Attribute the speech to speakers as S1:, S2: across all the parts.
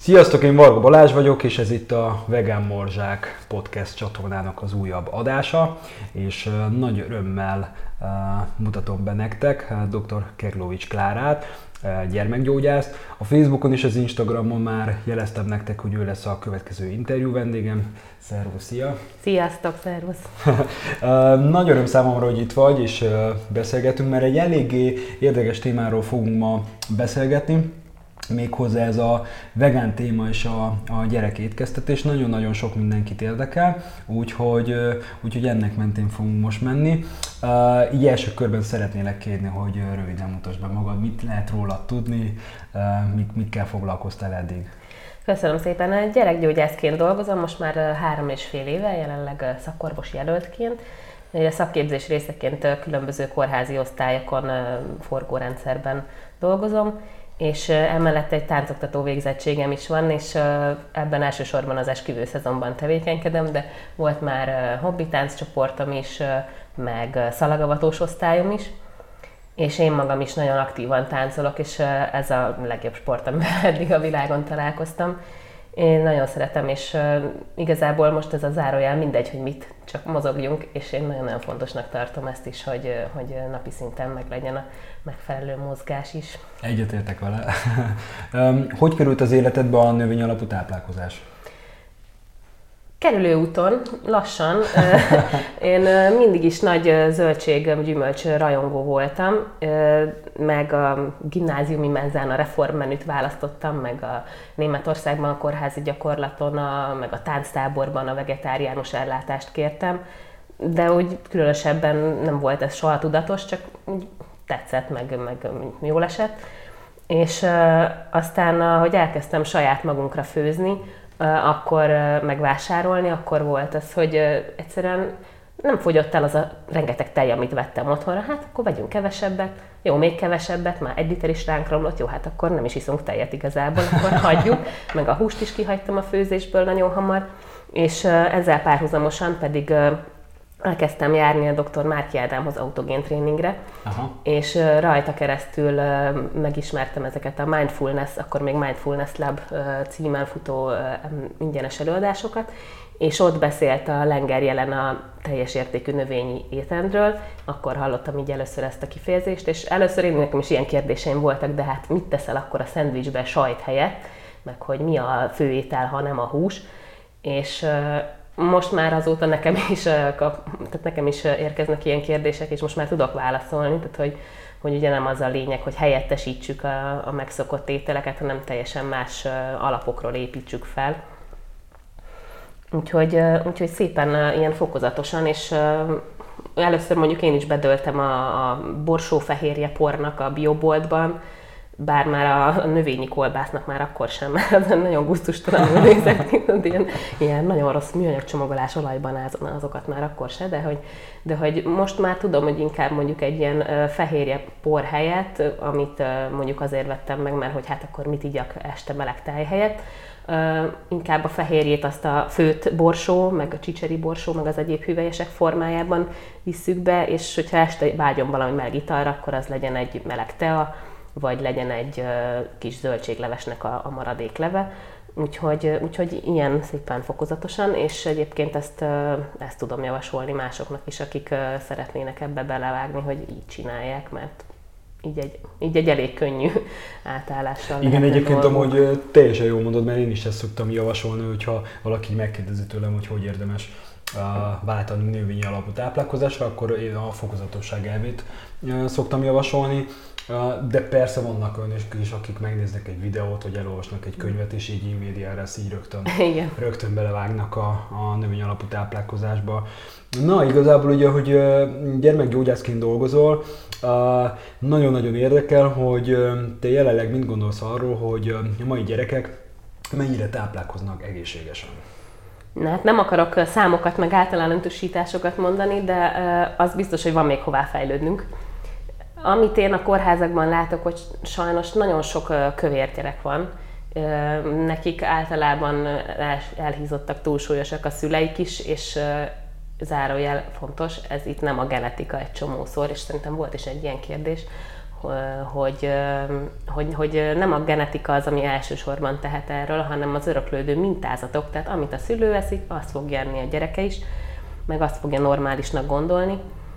S1: Sziasztok, én Varga Balázs vagyok, és ez itt a Vegán Morzsák podcast csatornának az újabb adása, és nagy örömmel mutatom be nektek dr. Keglovics Klárát, gyermekgyógyászt. A Facebookon és az Instagramon már jeleztem nektek, hogy ő lesz a következő interjú vendégem. Szervusz, szia!
S2: Sziasztok, szervusz!
S1: Nagy öröm számomra, hogy itt vagy, és beszélgetünk, mert egy eléggé érdekes témáról fogunk ma beszélgetni. Méghozzá ez a vegán téma és a gyerekétkeztetés nagyon-nagyon sok mindenkit érdekel, úgyhogy ennek mentén fogunk most menni. Így első körben szeretnélek kérni, hogy röviden mutasd be magad, mit lehet róla tudni, mit foglalkoztál eddig.
S2: Köszönöm szépen, gyerekgyógyászként dolgozom, most már 3,5 éve, jelenleg szakorvos jelöltként. A szakképzés részeként különböző kórházi osztályokon, forgórendszerben dolgozom, és emellett egy táncoktató végzettségem is van, és ebben elsősorban az esküvő szezonban tevékenykedem, de volt már hobbi tánccsoportom is, meg szalagavatós osztályom is, és én magam is nagyon aktívan táncolok, és ez a legjobb sport, amivel eddig a világon találkoztam. Én nagyon szeretem, és igazából most ez a zárójel mindegy, hogy mit, csak mozogjunk, és én nagyon-nagyon fontosnak tartom ezt is, hogy napi szinten meg legyen a megfelelő mozgás is.
S1: Egyetértek vele. Hogy került az életedbe a növény alapú táplálkozás?
S2: Kerülőúton, lassan. Én mindig is nagy zöldség-gyümölcs rajongó voltam, meg a gimnáziumi menzán a reformmenüt választottam, meg a Németországban a kórházi gyakorlaton, meg a tánctáborban a vegetáriánus ellátást kértem, de úgy különösebben nem volt ez soha tudatos, csak úgy tetszett, meg jól esett. És aztán, hogy elkezdtem saját magunkra főzni, akkor megvásárolni, akkor volt az, hogy egyszerűen nem fogyott el az a rengeteg tej, amit vettem otthonra, hát akkor vegyünk kevesebbet, jó, még kevesebbet, már 1 liter is ránk romlott, jó, hát akkor nem is iszunk tejet igazából, akkor hagyjuk, meg a húst is kihagytam a főzésből nagyon hamar, és ezzel párhuzamosan pedig elkezdtem járni a dr. Márki Ádámhoz autogén tréningre, és rajta keresztül megismertem ezeket a Mindfulness, akkor még Mindfulness Lab címen futó ingyenes előadásokat, és ott beszélt a Lenger Jelen a teljes értékű növényi étrendről, akkor hallottam így először ezt a kifejezést, és először nekem is ilyen kérdéseim voltak, de hát mit teszel akkor a szendvicsbe sajt helyett, meg hogy mi a főétel, ha nem a hús, és most már azóta nekem is érkeznek ilyen kérdések, és most már tudok válaszolni, tehát hogy ugye nem az a lényeg, hogy helyettesítsük a megszokott ételeket, hanem teljesen más alapokról építsük fel. Úgyhogy szépen ilyen fokozatosan, és először mondjuk én is bedöltem a borsófehérje pornak a bioboltban, bár már a növényi kolbásznak már akkor sem, mert nagyon gusztustalanul nézett, ilyen nagyon rossz műanyag csomagolás olajban azokat már akkor se, de hogy most már tudom, hogy inkább mondjuk egy ilyen fehérje por helyett, amit mondjuk azért vettem meg, mert hogy hát akkor mit igyak este meleg tej helyett, inkább a fehérjét azt a főtt borsó, meg a csicseri borsó, meg az egyéb hüvelyesek formájában visszük be, és hogyha este vágyom valami meleg italra, akkor az legyen egy meleg tea, vagy legyen egy kis zöldséglevesnek a maradékleve. Úgyhogy ilyen szépen fokozatosan, és egyébként ezt tudom javasolni másoknak is, akik szeretnének ebbe belevágni, hogy így csinálják, mert így egy elég könnyű átállással.
S1: Igen, egyébként amúgy teljesen jól mondod, mert én is ezt szoktam javasolni, hogyha valaki megkérdezi tőlem, hogy érdemes váltani növényi alapú táplálkozásra, akkor én a fokozatosság elvét szoktam javasolni. De persze vannak olyanok is, akik megnéznek egy videót, vagy elolvasnak egy könyvet, és így immédiára ezt így rögtön belevágnak a növény alapú táplálkozásba. Na, igazából ugye, hogy gyermekgyógyászként dolgozol, nagyon-nagyon érdekel, hogy te jelenleg mit gondolsz arról, hogy a mai gyerekek mennyire táplálkoznak egészségesen?
S2: Na, hát nem akarok számokat, meg általánosításokat mondani, de az biztos, hogy van még hová fejlődnünk. Amit én a kórházakban látok, hogy sajnos nagyon sok kövér gyerek van. Nekik általában elhízottak, túlsúlyosak a szüleik is, és zárójel fontos, ez itt nem a genetika egy csomószor, és szerintem volt is egy ilyen kérdés, hogy nem a genetika az, ami elsősorban tehet erről, hanem az öröklődő mintázatok, tehát amit a szülő eszik, azt fogja enni a gyereke is, meg azt fogja normálisnak gondolni.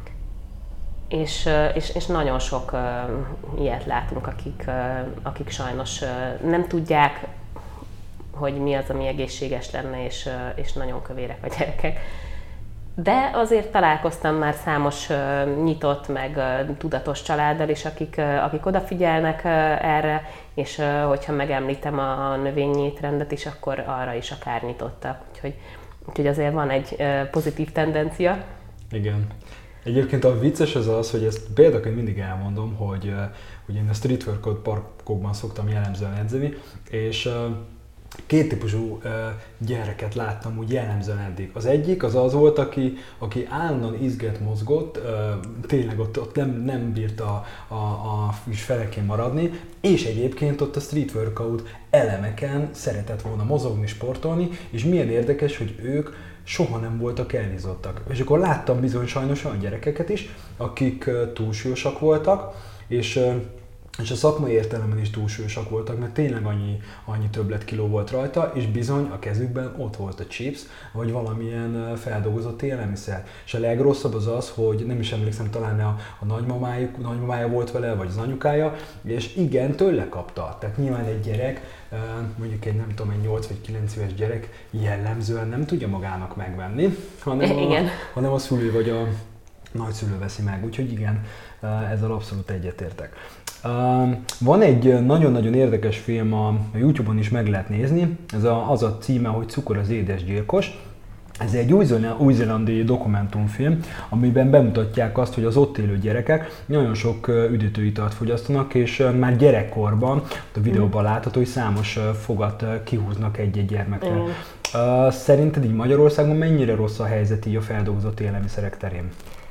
S2: És nagyon sok ilyet látunk, akik sajnos nem tudják, hogy mi az, ami egészséges lenne, és nagyon kövérek a gyerekek. De azért találkoztam már számos nyitott, meg tudatos családdal is, akik odafigyelnek erre, és hogyha megemlítem a növényi étrendet is, akkor arra is akár nyitottak. Úgyhogy azért van egy pozitív tendencia.
S1: Igen. Egyébként a vicces az, hogy ezt példaként mindig elmondom, hogy én a street workout parkokban szoktam jellemzően edzeni, és két típusú gyereket láttam úgy jellemzően eddig. Az egyik az volt, aki állandóan izgett, mozgott, tényleg ott nem bírta a felekén maradni, és egyébként ott a street workout elemeken szeretett volna mozogni, sportolni, és milyen érdekes, hogy ők soha nem voltak elhízottak. És akkor láttam bizony sajnos olyan gyerekeket is, akik túlsúlyosak voltak, és a szakmai értelemben is túlsúlyosak voltak, mert tényleg annyi többletkiló volt rajta, és bizony a kezükben ott volt a chips, vagy valamilyen feldolgozott élelmiszer. És a legrosszabb az, hogy nem is emlékszem, talán a nagymamája volt vele, vagy az anyukája, és igen, tőle kapta. Tehát nyilván egy gyerek, mondjuk egy 8 vagy 9 éves gyerek jellemzően nem tudja magának megvenni, hanem a szülő vagy a nagyszülő veszi meg. Úgyhogy igen, ezzel abszolút egyetértek. Van egy nagyon-nagyon érdekes film, a YouTube-on is meg lehet nézni, ez az a címe, hogy Cukor az édesgyilkos. Ez egy új-zélandi dokumentumfilm, amiben bemutatják azt, hogy az ott élő gyerekek nagyon sok üdítőitalt fogyasztanak, és már gyerekkorban, a videóban látható, hogy számos fogat kihúznak egy-egy gyermekre. Szerinted így Magyarországon mennyire rossz a helyzet így a feldolgozott élelmiszerek terén?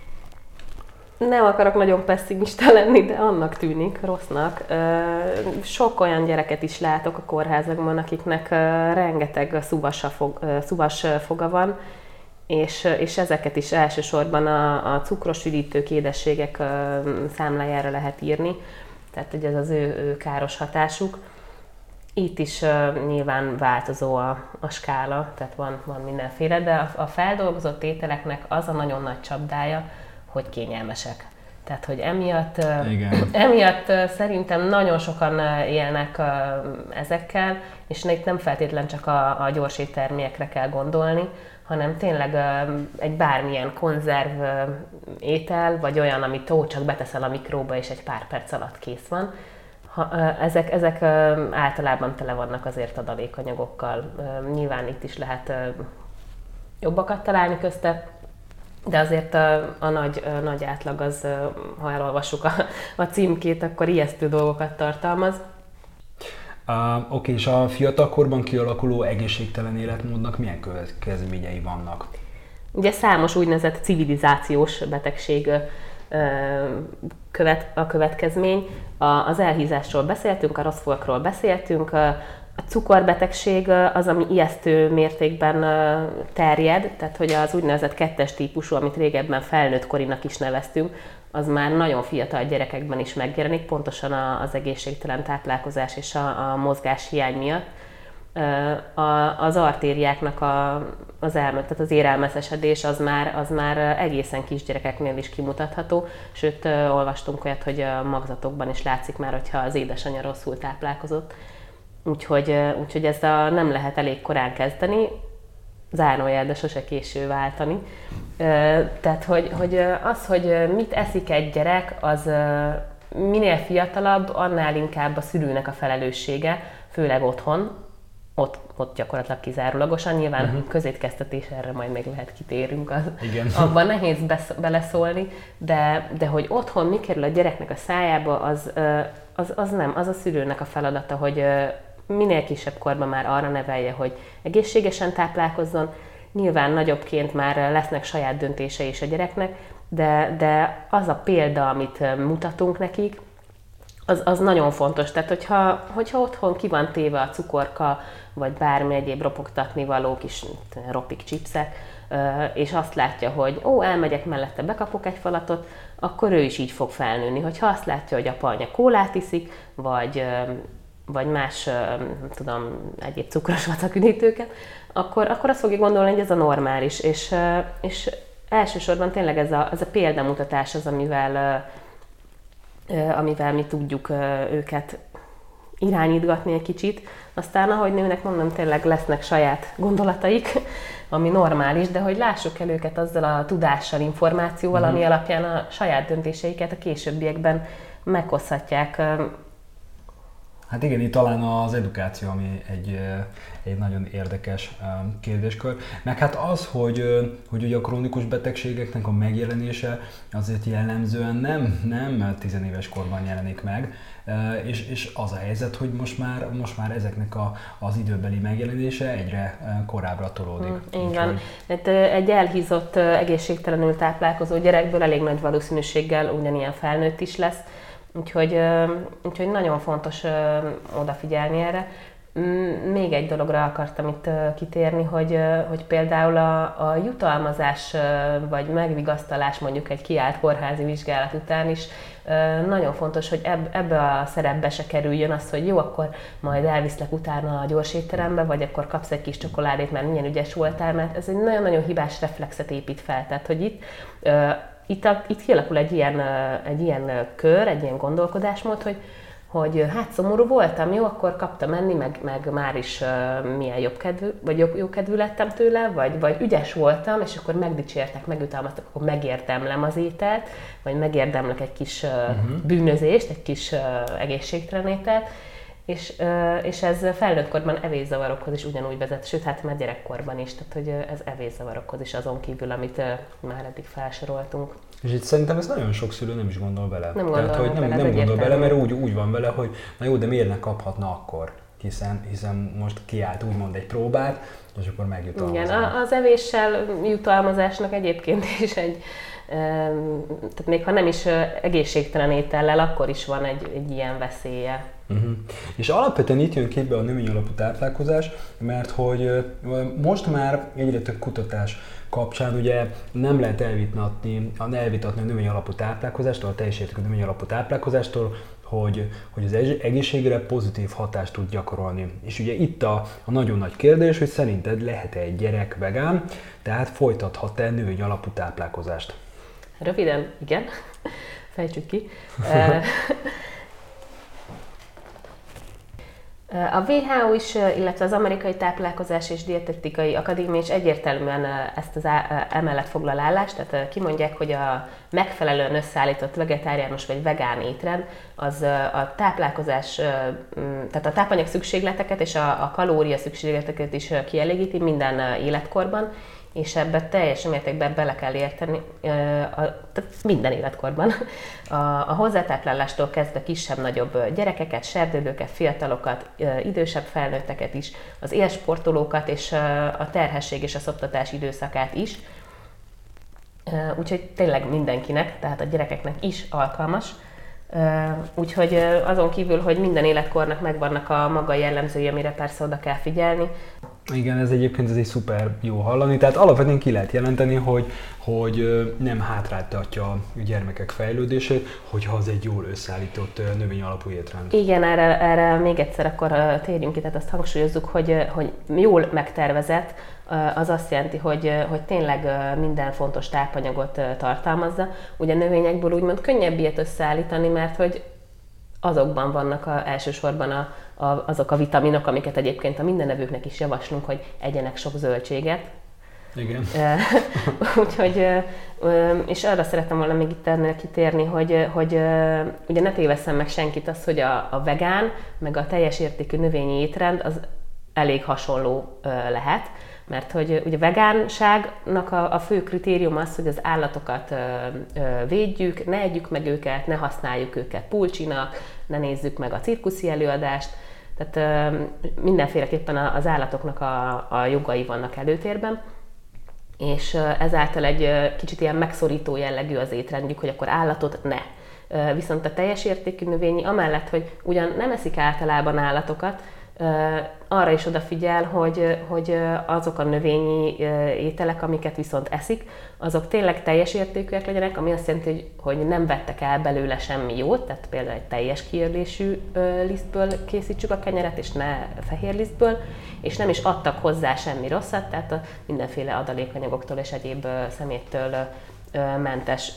S2: Nem akarok nagyon pesszimista lenni, de annak tűnik rossznak. Sok olyan gyereket is látok a kórházakban, akiknek rengeteg szuvas foga van, és ezeket is elsősorban a cukros üdítők, édességek számlájára lehet írni, tehát hogy ez az ő káros hatásuk. Itt is nyilván változó a skála, tehát van mindenféle, de a feldolgozott ételeknek az a nagyon nagy csapdája, hogy kényelmesek. Tehát, hogy emiatt szerintem nagyon sokan élnek ezekkel, és itt nem feltétlen csak a gyors éttermiekre kell gondolni, hanem tényleg egy bármilyen konzerv étel, vagy olyan, amit csak beteszel a mikróba, és egy pár perc alatt kész van. Ezek általában tele vannak azért adalékanyagokkal. Nyilván itt is lehet jobbakat találni közte, de azért a nagy átlag az, ha elolvassuk a címkét, akkor ijesztő dolgokat tartalmaz.
S1: Oké, és a fiatalkorban kialakuló egészségtelen életmódnak milyen következményei vannak?
S2: Ugye számos úgynevezett civilizációs betegség a következmény. Az elhízásról beszéltünk, a rossz fogakról beszéltünk, a cukorbetegség az, ami ijesztő mértékben terjed, tehát hogy az úgynevezett 2-es típusú, amit régebben felnőtt korinak is neveztünk, az már nagyon fiatal gyerekekben is megjelenik, pontosan az egészségtelen táplálkozás és a mozgáshiány miatt. Az artériáknak tehát az érelmeszesedés az már egészen kisgyerekeknél is kimutatható, sőt olvastunk olyat, hogy a magzatokban is látszik már, hogyha az édesanyja rosszul táplálkozott. Úgyhogy ezt nem lehet elég korán kezdeni, zárójel, de sose késő váltani. Tehát, hogy mit eszik egy gyerek, az minél fiatalabb, annál inkább a szülőnek a felelőssége, főleg otthon, ott gyakorlatilag kizárólagosan, nyilván közétkeztetés, erre majd még lehet kitérünk, abban nehéz beleszólni, de hogy otthon mi kerül a gyereknek a szájába, az a szülőnek a feladata, hogy minél kisebb korban már arra nevelje, hogy egészségesen táplálkozzon. Nyilván nagyobbként már lesznek saját döntései is a gyereknek, de az a példa, amit mutatunk nekik, az nagyon fontos. Tehát, hogyha otthon ki van téve a cukorka, vagy bármi egyéb ropogtatni való kis ropik, chipsek, és azt látja, hogy elmegyek mellette, bekapok egy falatot, akkor ő is így fog felnőni. Hogyha azt látja, hogy apa, anya kólát iszik, vagy más, nem tudom, egyéb cukros vacaküdítőket, akkor azt fogja gondolni, hogy ez a normális. És elsősorban tényleg ez a példamutatás az, amivel mi tudjuk őket irányítgatni egy kicsit. Aztán, ahogy nőnek, mondom, tényleg lesznek saját gondolataik, ami normális, de hogy lássuk el őket azzal a tudással, információval, ami alapján a saját döntéseiket a későbbiekben meghozhatják.
S1: Hát igen, itt talán az edukáció, ami egy nagyon érdekes kérdéskör. Meg hát az, hogy ugye a krónikus betegségeknek a megjelenése azért jellemzően nem 10 éves korban jelenik meg, és az a helyzet, hogy most már ezeknek az időbeli megjelenése egyre korábbra tolódik.
S2: Így van. Hát egy elhízott, egészségtelenül táplálkozó gyerekből elég nagy valószínűséggel ugyanilyen felnőtt is lesz, úgyhogy nagyon fontos odafigyelni erre. Még egy dologra akartam itt kitérni, hogy például a jutalmazás vagy megvigasztalás mondjuk egy kiállt kórházi vizsgálat után is nagyon fontos, hogy ebbe a szerepbe se kerüljön az, hogy jó, akkor majd elviszlek utána a gyors étterembe, vagy akkor kapsz egy kis csokoládét, mert milyen ügyes voltál, mert ez egy nagyon-nagyon hibás reflexet épít fel. Tehát, hogy itt kialakul egy ilyen kör, egy ilyen gondolkodásmód, hogy hát szomorú voltam, jó, akkor kaptam enni, meg már is milyen jókedvű lettem tőle, vagy ügyes voltam, és akkor megdicsértek, megjutalmaztak, akkor megérdemlem az ételt, vagy megérdemlek egy kis bűnözést, egy kis egészségtelen ételt, és ez felnőttkorban evészavarokhoz is ugyanúgy vezet, sőt, hát már gyerekkorban is, tehát hogy ez evészavarokhoz is azon kívül, amit már eddig felsoroltunk.
S1: És itt szerintem ez nagyon sok szülő nem is gondol bele.
S2: Nem
S1: gondol bele, mert úgy van vele, hogy na jó, de miért ne kaphatna akkor? Hiszen most kiállt úgymond egy próbát, és akkor megjutalmazza.
S2: Igen, az evéssel jutalmazásnak egyébként is tehát még ha nem is egészségtelen étellel, akkor is van egy ilyen veszélye.
S1: És alapvetően itt jön képbe a növény alapú táplálkozás, mert hogy most már egyre több kutatás kapcsán ugye nem lehet elvitatni a növény alapú táplálkozástól, a teljes értékű növény alapú táplálkozástól, hogy az egészségre pozitív hatást tud gyakorolni. És ugye itt a nagyon nagy kérdés, hogy szerinted lehet-e egy gyerek vegán, tehát folytathat-e növény alapú táplálkozást?
S2: Röviden, igen. Fejtsük ki. A WHO is, illetve az Amerikai Táplálkozás és Dietetikai Akadémia is egyértelműen ezt emellett foglal állást, tehát kimondják, hogy a megfelelően összeállított vegetáriánus vagy vegán étrend az a táplálkozás, tehát a tápanyag szükségleteket és a kalória szükségleteket is kielégíti minden életkorban, és ebbe teljes mértékben bele kell érteni, tehát minden életkorban. A hozzátáplálástól kezdve kisebb-nagyobb gyerekeket, serdülőket, fiatalokat, idősebb felnőtteket is, az élsportolókat és a terhesség és a szoptatás időszakát is. Úgyhogy tényleg mindenkinek, tehát a gyerekeknek is alkalmas. Úgyhogy azon kívül, hogy minden életkornak megvannak a maga jellemzői, amire persze oda kell figyelni.
S1: Igen, ez egy szuper jó hallani, tehát alapvetően ki lehet jelenteni, hogy nem hátráltatja a gyermekek fejlődését, hogyha az egy jól összeállított növény alapú étrend.
S2: Igen, erre még egyszer akkor térjünk ki, tehát azt hangsúlyozzuk, hogy jól megtervezett, az azt jelenti, hogy tényleg minden fontos tápanyagot tartalmazza. Ugye növényekből úgymond könnyebb ilyet összeállítani, mert hogy azokban vannak elsősorban azok a vitaminok, amiket egyébként a mindennevőknek is javaslunk, hogy egyenek sok zöldséget.
S1: Igen.
S2: Úgyhogy, és arra szeretem volna még itt kitérni, hogy ugye ne tévesszem meg senkit az, hogy a vegán, meg a teljes értékű növényi étrend az elég hasonló lehet. Mert hogy ugye vegánságnak a fő kritérium az, hogy az állatokat védjük, ne együk meg őket, ne használjuk őket pulcsinak, ne nézzük meg a cirkuszi előadást. Tehát mindenféleképpen az állatoknak a jogai vannak előtérben. És ezáltal egy kicsit ilyen megszorító jellegű az étrendjük, hogy akkor állatot ne Viszont a teljes értékű növényi amellett, hogy ugyan nem eszik általában állatokat, arra is odafigyel, hogy azok a növényi ételek, amiket viszont eszik, azok tényleg teljes értékűek legyenek, ami azt jelenti, hogy nem vettek el belőle semmi jót, tehát például egy teljes kiérlésű lisztből készítsük a kenyeret, és ne fehér lisztből, és nem is adtak hozzá semmi rosszat, tehát a mindenféle adalékanyagoktól és egyéb szeméttől mentes.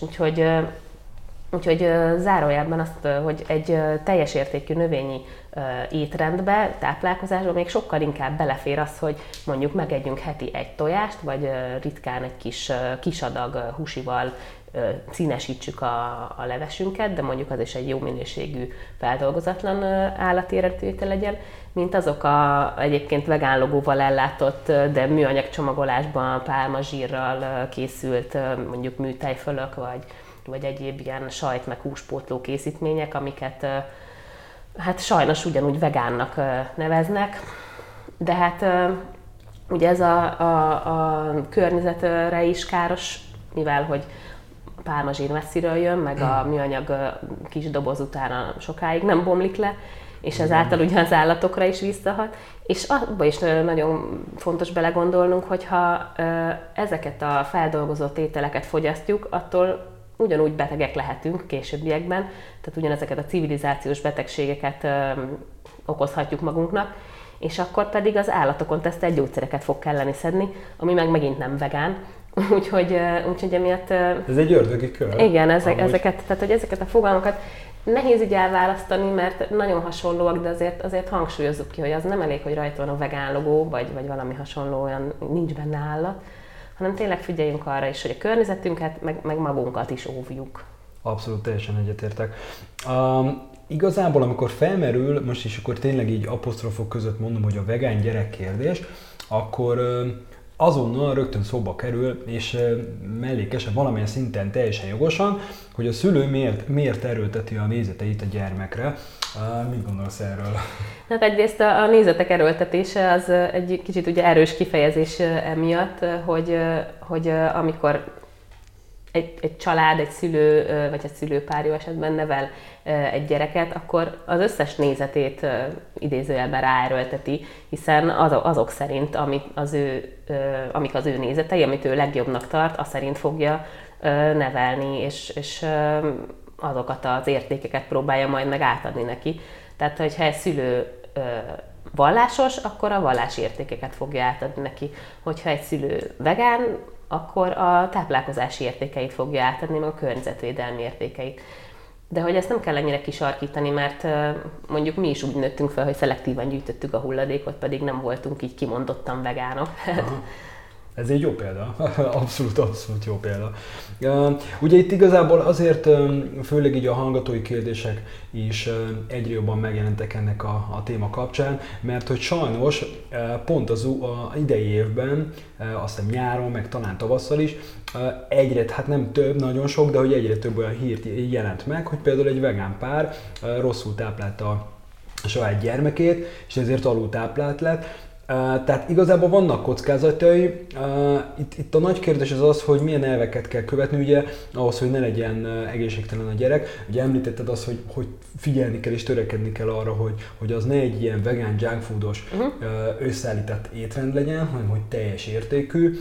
S2: Úgyhogy zárójelben azt, hogy egy teljes értékű növényi étrendbe, táplálkozásba még sokkal inkább belefér az, hogy mondjuk megegyünk heti egy tojást, vagy ritkán egy kis adag húsival színesítsük a levesünket, de mondjuk az is egy jó minőségű, feldolgozatlan állati eredetű étel legyen, mint azok egyébként vegán logóval ellátott, de műanyag csomagolásban pálmazsírral készült mondjuk műtejfölök, vagy egyéb ilyen sajt meg húspótló készítmények, amiket hát sajnos ugyanúgy vegánnak neveznek, de hát ugye ez a környezetre is káros, mivel hogy pálmazsír messziről jön, meg a műanyag kis doboz utána sokáig nem bomlik le, és ezáltal ugye az állatokra is visszahat. És abba is nagyon fontos belegondolnunk, hogyha ezeket a feldolgozott ételeket fogyasztjuk, attól ugyanúgy betegek lehetünk későbbiekben, tehát ugyanezeket a civilizációs betegségeket okozhatjuk magunknak, és akkor pedig az állatokon tesztelt gyógyszereket fog kelleni szedni, ami meg megint nem vegán. Úgyhogy emiatt...
S1: Ez egy ördögi kör.
S2: Igen, ezeket a fogalmakat nehéz így elválasztani, mert nagyon hasonlóak, de azért hangsúlyozzuk ki, hogy az nem elég, hogy rajta van a vegán logó, vagy valami hasonló, olyan nincs benne állat, hanem tényleg figyeljünk arra is, hogy a környezetünket, meg magunkat is óvjuk.
S1: Abszolút, teljesen egyetértek. Igazából, amikor felmerül, most is akkor tényleg így apostrofok között mondom, hogy a vegán gyerekkérdés, akkor azonnal rögtön szóba kerül, és mellékesen valamilyen szinten teljesen jogosan, hogy a szülő miért erőlteti a nézeteit a gyermekre. Mit gondolsz erről?
S2: Hát egyrészt a nézetek erőltetése az egy kicsit ugye erős kifejezés emiatt, hogy amikor egy család, egy szülő, vagy egy szülőpár jó esetben nevel egy gyereket, akkor az összes nézetét idézőjelben ráerőlteti, hiszen azok szerint, amik az ő nézetei, amit ő legjobbnak tart, az szerint fogja nevelni, és azokat az értékeket próbálja majd meg átadni neki. Tehát, hogyha egy szülő vallásos, akkor a vallási értékeket fogja átadni neki. Hogyha egy szülő vegán, akkor a táplálkozási értékeit fogja átadni, meg a környezetvédelmi értékeit. De hogy ezt nem kell ennyire kisarkítani, mert mondjuk mi is úgy nőttünk fel, hogy szelektíven gyűjtöttük a hulladékot, pedig nem voltunk így kimondottan vegánok.
S1: Ez egy jó példa, abszolút jó példa. Ugye itt igazából azért, főleg így a hallgatói kérdések is egyre jobban megjelentek ennek a téma kapcsán, mert hogy sajnos pont az idei évben, aztán nyáron, meg talán tavasszal is, egyre, hát nem több, nagyon sok, de hogy egyre több olyan hírt jelent meg, hogy például egy vegán pár rosszul táplálta a saját gyermekét, és ezért alultáplált lett. Tehát igazából vannak kockázatai. Itt a nagy kérdés az, hogy milyen elveket kell követni, ugye, ahhoz, hogy ne legyen egészségtelen a gyerek. Ugye említetted azt, hogy figyelni kell és törekedni kell arra, hogy az ne egy ilyen vegán, junk foodos összeállított étrend legyen, hanem hogy teljes értékű.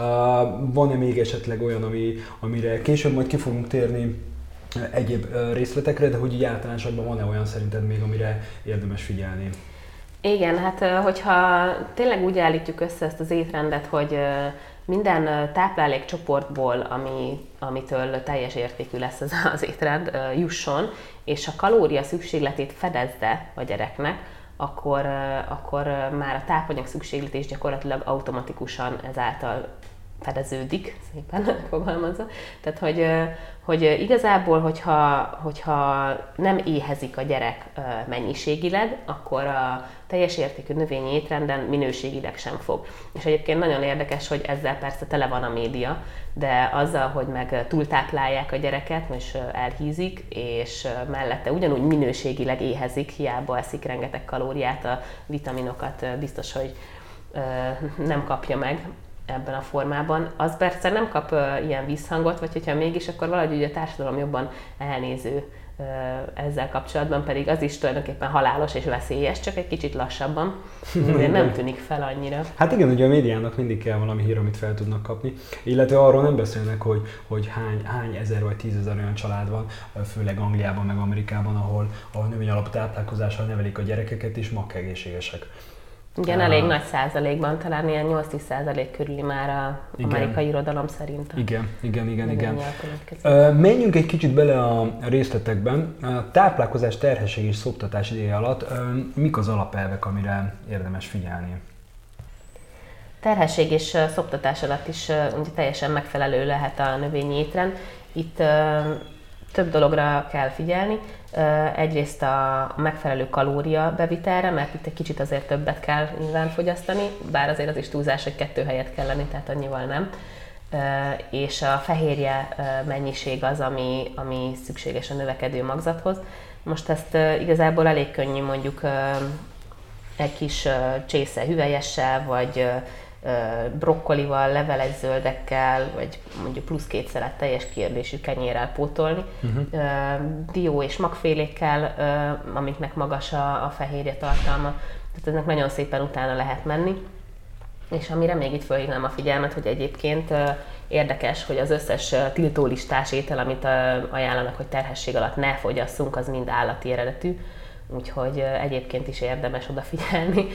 S1: Van-e még esetleg olyan, amire később majd ki fogunk térni egyéb részletekre, de hogy így általánosabban van-e olyan szerinted még, amire érdemes figyelni?
S2: Igen, hát hogyha tényleg úgy állítjuk össze ezt az étrendet, hogy minden táplálékcsoportból, amitől teljes értékű lesz ez az étrend, jusson, és a kalória szükségletét fedezze a gyereknek, akkor már a tápanyag szükséglet is gyakorlatilag automatikusan ezáltal fedeződik, szépen fogalmazza. Tehát, hogy igazából, hogyha nem éhezik a gyerek mennyiségileg, akkor a teljes értékű növényi étrenden minőségileg sem fog. És egyébként nagyon érdekes, hogy ezzel persze tele van a média, de azzal, hogy meg túltáplálják a gyereket, és elhízik, és mellette ugyanúgy minőségileg éhezik, hiába eszik rengeteg kalóriát, a vitaminokat biztos, hogy nem kapja meg ebben a formában. Az persze nem kap ilyen visszhangot, vagy hogyha mégis, akkor valahogy ugye a társadalom jobban elnéző ezzel kapcsolatban, pedig az is tulajdonképpen halálos és veszélyes, csak egy kicsit lassabban, azért nem tűnik fel annyira.
S1: Hát igen, ugye a médiának mindig kell valami hír, amit fel tudnak kapni, illetve arról nem beszélnek, hogy hány ezer vagy 10 000 olyan család van, főleg Angliában meg Amerikában, ahol növény alapú táplálkozással nevelik a gyerekeket, és makkegészségesek.
S2: Igen, elég nagy százalékban, talán ilyen 8-10% körüli már az amerikai irodalom szerint.
S1: Igen. Menjünk egy kicsit bele a részletekben. A táplálkozás, terhesség és szoptatás ideje alatt mik az alapelvek, amire érdemes figyelni?
S2: Terhesség és szoptatás alatt is ugye teljesen megfelelő lehet a növényi étrend. Itt több dologra kell figyelni. Egyrészt a megfelelő kalória bevitelre, mert itt egy kicsit azért többet kell nyilván fogyasztani, bár azért az is túlzás, hogy 2 helyet kell lenni, tehát annyival nem. És a fehérje mennyiség az, ami szükséges a növekedő magzathoz. Most ezt igazából elég könnyű mondjuk egy kis csésze hüvelyessel, vagy brokkolival, leveles zöldekkel, vagy mondjuk plusz 2 szelet teljes kiérdésű kenyérrel pótolni. Dió és magfélékkel, amiknek magas a fehérje tartalma. Tehát ennek nagyon szépen utána lehet menni. És amire még itt fölhívnám a figyelmet, hogy egyébként érdekes, hogy az összes tiltólistás étel, amit ajánlanak, hogy terhesség alatt ne fogyasszunk, az mind állati eredetű. Úgyhogy egyébként is érdemes odafigyelni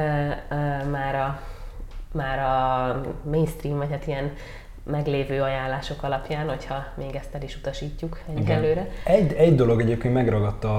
S2: már a mainstream, vagy hát ilyen meglévő ajánlások alapján, hogyha még ezt el is utasítjuk egyelőre.
S1: Egy dolog egyébként megragadta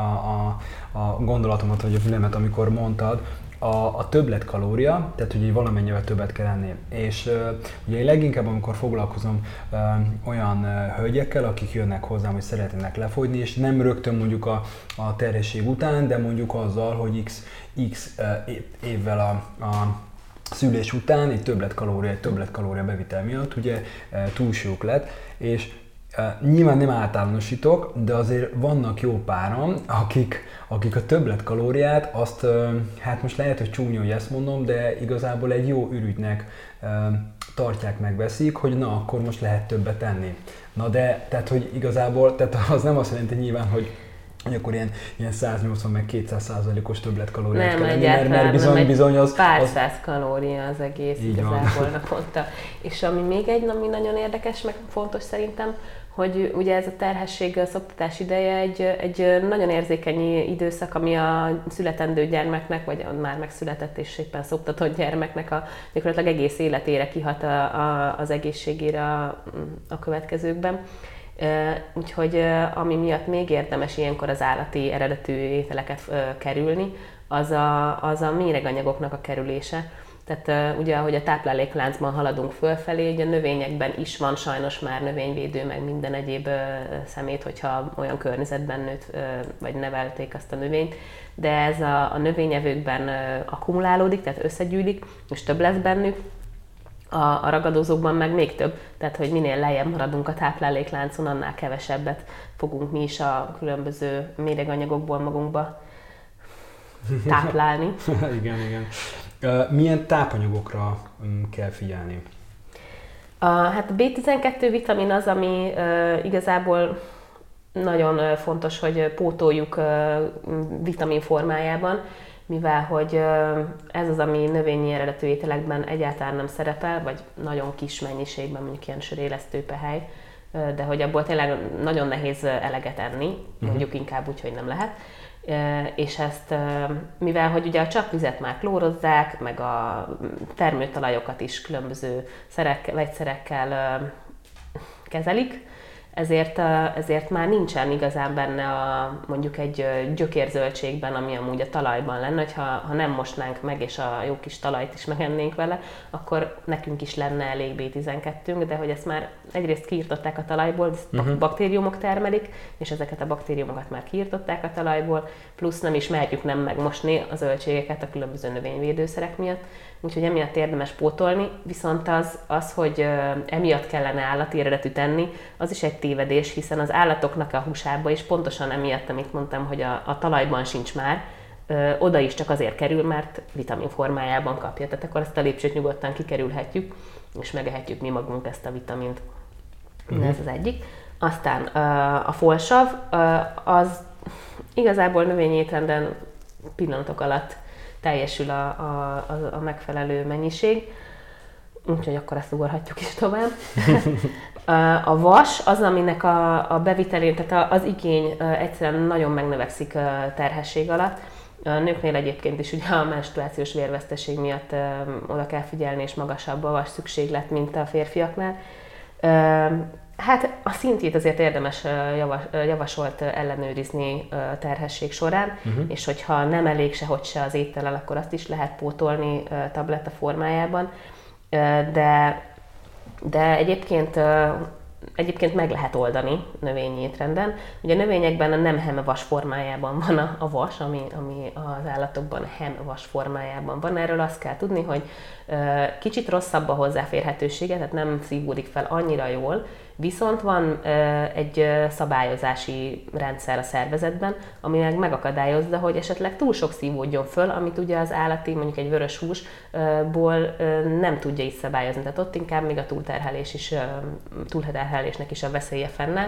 S1: a gondolatomat, vagy a fülemet, amikor mondtad, a többlet kalória, tehát hogy valamennyivel többet kell enni. És ugye én leginkább, amikor foglalkozom olyan hölgyekkel, akik jönnek hozzám, hogy szeretnének lefogyni, és nem rögtön mondjuk a terhesség után, de mondjuk azzal, hogy x évvel a szülés után egy többlet kalória bevitel miatt ugye túlsúlyuk lett, és nyilván nem általánosítok, de azért vannak jó páran, akik a többlet kalóriát azt, hát most lehet, hogy csúnya, hogy ezt mondom, de igazából egy jó ürügynek tartják, megveszik, hogy na, akkor most lehet többet enni. Na de, tehát hogy igazából, tehát az nem azt jelenti nyilván, hogy akkor ilyen 180 meg 200%-os többletkalóriát kell enni, mert bizony az...
S2: Pár száz kalória az egész igazából naponta. És ami még ami nagyon érdekes, meg fontos szerintem, hogy ugye ez a terhesség, a szoptatás ideje egy nagyon érzékeny időszak, ami a születendő gyermeknek, vagy a már megszületett és éppen szoptatott gyermeknek gyakorlatilag egész életére kihat az egészségére a következőkben. Úgyhogy ami miatt még érdemes ilyenkor az állati eredetű ételeket kerülni, az a méreganyagoknak a kerülése. Tehát ugye, ahogy a táplálékláncban haladunk fölfelé, ugye a növényekben is van sajnos már növényvédő, meg minden egyéb szemét, hogyha olyan környezetben nőtt, vagy nevelték azt a növényt, de ez a növényevőkben akkumulálódik, tehát összegyűlik, és több lesz bennük. A ragadozókban meg még több, tehát hogy minél lejjebb maradunk a táplálékláncon, annál kevesebbet fogunk mi is a különböző méreganyagokból magunkba táplálni.
S1: Igen. Milyen tápanyagokra kell figyelni?
S2: Hát a B12 vitamin az, ami igazából nagyon fontos, hogy pótoljuk vitamin formájában, mivel hogy ez az, ami növényi eredetű ételekben egyáltalán nem szerepel, vagy nagyon kis mennyiségben, mondjuk ilyen sörélesztőpehely, de hogy abból tényleg nagyon nehéz eleget enni, mondjuk inkább úgy, hogy nem lehet. És ezt, mivel hogy ugye a csapvizet már klórozzák, meg a termőtalajokat is különböző vegyszerekkel kezelik, ezért már nincsen igazán benne mondjuk egy gyökérzöldségben, ami amúgy a talajban lenne, ha nem mosnánk meg, és a jó kis talajt is megennénk vele, akkor nekünk is lenne elég B12-nk, de hogy ezt már egyrészt kiirtották a talajból, ezt baktériumok termelik, és ezeket a baktériumokat már kiirtották a talajból, plusz nem is merjük nem megmosni a zöldségeket a különböző növényvédőszerek miatt, úgyhogy emiatt érdemes pótolni, viszont az, hogy emiatt kellene állati eredetű tenni, az is egy tévedés, hiszen az állatoknak a húsába is pontosan emiatt, amit mondtam, hogy a talajban sincs már, oda is csak azért kerül, mert vitamin formájában kapja. Tehát akkor ezt a lépcsőt nyugodtan kikerülhetjük, és megehetjük mi magunk ezt a vitamint. Ez az egyik. Aztán a folsav, az igazából növényi étrenden pillanatok alatt teljesül a megfelelő mennyiség, úgyhogy akkor ezt ugorhatjuk is tovább. A vas az, aminek a bevitelén, tehát az igény egyszerűen nagyon megnövekszik terhesség alatt. A nőknél egyébként is ugye a menstruációs vérveszteség miatt oda kell figyelni, és magasabb a vas szükséglet, mint a férfiaknál. Hát a szintjét azért érdemes javasolt ellenőrizni terhesség során, és hogyha nem elég sehogy se az étellel, akkor azt is lehet pótolni tabletta formájában. De egyébként meg lehet oldani növényi étrenden. Ugye a növényekben a nem heme-vas formájában van a vas, ami az állatokban hem-vas formájában van. Erről azt kell tudni, hogy kicsit rosszabb a hozzáférhetősége, tehát nem szívódik fel annyira jól, viszont van egy szabályozási rendszer a szervezetben, ami megakadályozza, hogy esetleg túl sok szívódjon föl, amit ugye az állati, mondjuk egy vörös húsból nem tudja is szabályozni. Tehát ott inkább még a túlterhelésnek is a veszélye fennáll.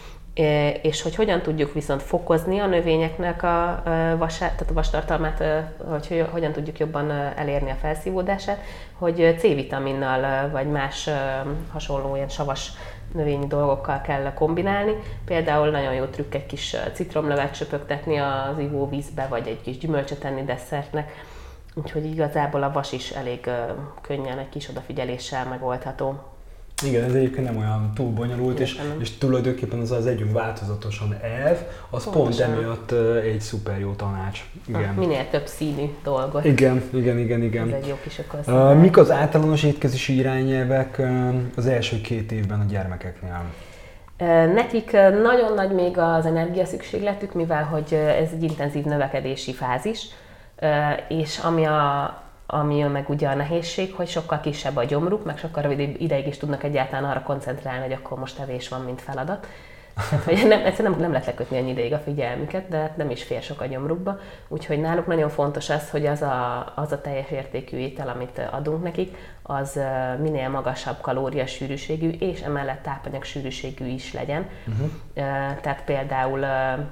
S2: És hogy hogyan tudjuk viszont fokozni a növényeknek a vastartalmát, hogy hogyan tudjuk jobban elérni a felszívódását, hogy C-vitaminnal vagy más hasonló ilyen savas növényi dolgokkal kell kombinálni. Például nagyon jó trükk egy kis citromlevet csöpögtetni az ivóvízbe, vagy egy kis gyümölcsöt tenni desszertnek. Úgyhogy igazából a vas is elég könnyen, egy kis odafigyeléssel megoldható.
S1: Igen, ez egyébként nem olyan túl bonyolult, és tulajdonképpen az együnk változatosan elv, az pontosan. Pont emiatt egy szuper jó tanács. Igen.
S2: Minél több színű dolgot.
S1: Igen.
S2: Ez egy jó kis ökoszisztéma.
S1: Mik az általános étkezési irányelvek az első 2 évben a gyermekeknél?
S2: Nekik nagyon nagy még az energiaszükségletük, mivel hogy ez egy intenzív növekedési fázis, és ami meg ugye a nehézség, hogy sokkal kisebb a gyomruk, meg sokkal rövidebb ideig is tudnak egyáltalán arra koncentrálni, hogy akkor most evés van, mint feladat. Tehát, hogy egyszerűen nem lehet lekötni ennyi ideig a figyelmüket, de nem is fér sok a gyomrukba. Úgyhogy náluk nagyon fontos az, hogy az a teljes értékű étel, amit adunk nekik, az minél magasabb kalóriasűrűségű, és emellett tápanyagsűrűségű is legyen. Tehát például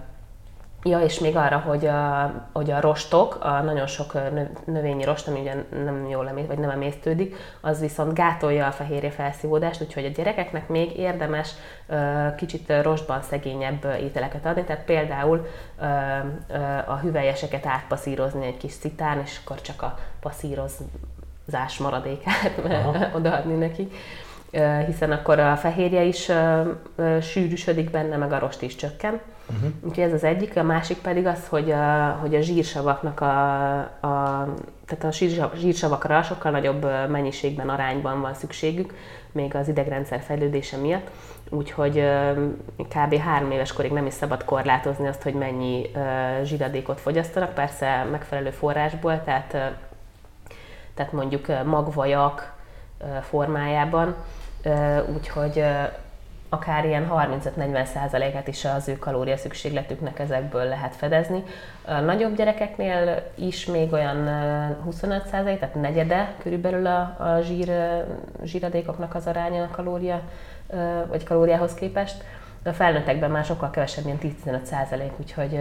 S2: és még arra, hogy a rostok, nagyon sok növényi rost, ami ugye nem jól vagy nem emésztődik, az viszont gátolja a fehérje felszívódást, úgyhogy a gyerekeknek még érdemes kicsit rostban szegényebb ételeket adni, tehát például a hüvelyeseket átpasszírozni egy kis szitán, és akkor csak a passzírozás maradékát odaadni neki. Hiszen akkor a fehérje is sűrűsödik benne, meg a rost is csökken. Úgyhogy ez az egyik, a másik pedig az, hogy a zsírsavaknak tehát a zsírsavakra sokkal nagyobb mennyiségben, arányban van szükségük, még az idegrendszer fejlődése miatt. Úgyhogy kb. 3 éves korig nem is szabad korlátozni azt, hogy mennyi zsíradékot fogyasztanak, persze megfelelő forrásból, tehát mondjuk magvajak formájában, úgyhogy akár ilyen 35-40%-át is az ő kalóriaszükségletüknek ezekből lehet fedezni. A nagyobb gyerekeknél is még olyan 25%, tehát negyede körülbelül a zsíradékoknak az aránya a vagy kalóriához képest. De a felnőttekben már sokkal kevesebb, ilyen 10-15%, úgyhogy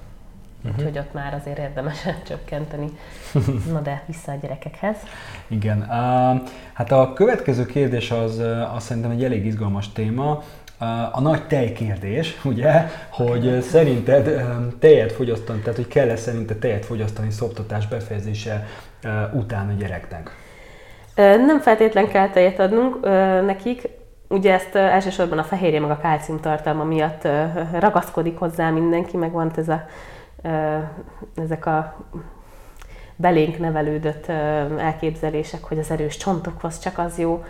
S2: ott már azért érdemes csökkenteni. Na de vissza a gyerekekhez.
S1: Igen. Hát a következő kérdés az szerintem egy elég izgalmas téma. A nagy tejkérdés, ugye, hogy szerinted tejet fogyasztani, tehát hogy kell-e szerinted tejet fogyasztani szoptatás befejezése után a gyereknek?
S2: Nem feltétlen kell tejet adnunk nekik. Ugye ezt elsősorban a fehérje meg a kálcium tartalma miatt ragaszkodik hozzá mindenki, meg van ezek a belénk nevelődött elképzelések, hogy az erős csontokhoz csak az jó,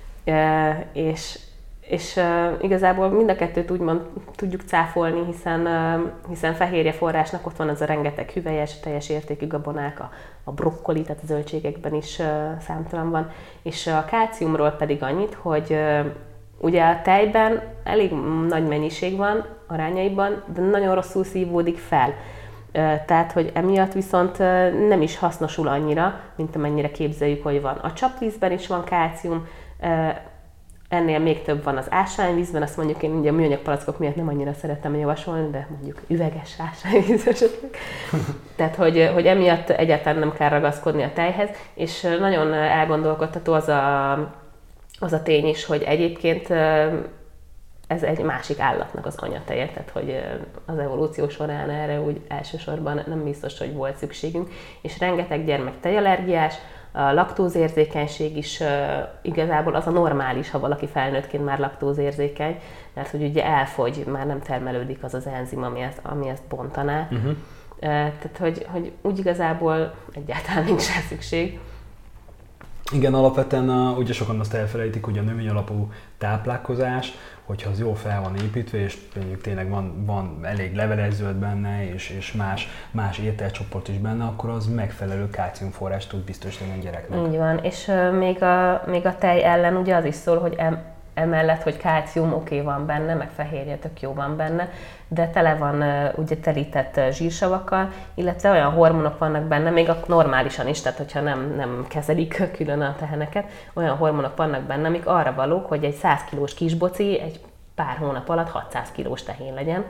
S2: és igazából mind a kettőt úgymond tudjuk cáfolni, hiszen fehérje forrásnak ott van az a rengeteg hüvelyes, teljes értékű gabonák, a brokkoli, tehát a zöldségekben is számtalan van, és a kálciumról pedig annyit, hogy ugye a tejben elég nagy mennyiség van arányaiban, de nagyon rosszul szívódik fel. Tehát, hogy emiatt viszont nem is hasznosul annyira, mint amennyire képzeljük, hogy van. A csapvízben is van kálcium, Ennél még több van az ásványvízben, azt mondjuk én ugye a műanyag palackok miatt nem annyira szeretem javasolni, de mondjuk üveges ásványvíz esetleg. Tehát, hogy emiatt egyáltalán nem kell ragaszkodni a tejhez, és nagyon elgondolkodtató az a tény is, hogy egyébként ez egy másik állatnak az anyateje, tehát hogy az evolúció során erre úgy elsősorban nem biztos, hogy volt szükségünk, és rengeteg gyermek tejallergiás, a laktózérzékenység is igazából az a normális, ha valaki felnőttként már laktózérzékeny, mert hogy ugye elfogy, már nem termelődik az az enzim, ami ezt bontaná. Tehát, hogy úgy igazából egyáltalán nincs rá szükség.
S1: Igen, alapvetően ugye sokan azt elfelejtik, hogy a növény alapú táplálkozás, hogyha az jól fel van építve, és mondjuk tényleg van elég leveles zöld benne, és más ételcsoport is benne, akkor az megfelelő kálciumforrást tud biztosítani a gyereknek.
S2: Így van, és még a tej ellen ugye az is szól, hogy emellett, hogy kálcium oké van benne, meg fehérje tök jó van benne, de tele van ugye telített zsírsavakkal, illetve olyan hormonok vannak benne, még normálisan is, tehát hogyha nem kezelik külön a teheneket, olyan hormonok vannak benne, amik arra valók, hogy egy 100 kilós kisboci egy pár hónap alatt 600 kilós tehén legyen,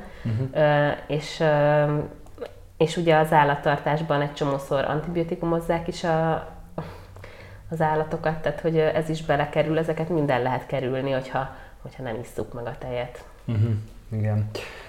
S2: és ugye az állattartásban egy csomószor antibiotikumozzák is az állatokat, tehát hogy ez is belekerül, ezeket minden lehet kerülni, hogyha nem isszuk meg a tejet.
S1: Igen.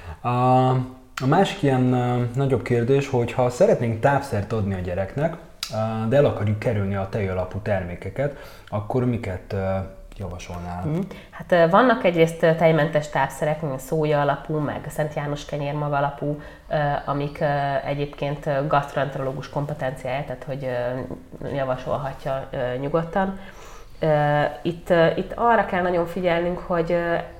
S1: A másik ilyen nagyobb kérdés, hogy ha szeretnénk tápszert adni a gyereknek, de el akarjuk kerülni a tej alapú termékeket, akkor miket javasolnál?
S2: Hát vannak egyrészt tejmentes tápszerek, mint szója alapú, meg Szent János kenyérmag alapú, amik egyébként gasztroenterológus kompetenciája, tehát hogy javasolhatja nyugodtan. Itt arra kell nagyon figyelnünk, hogy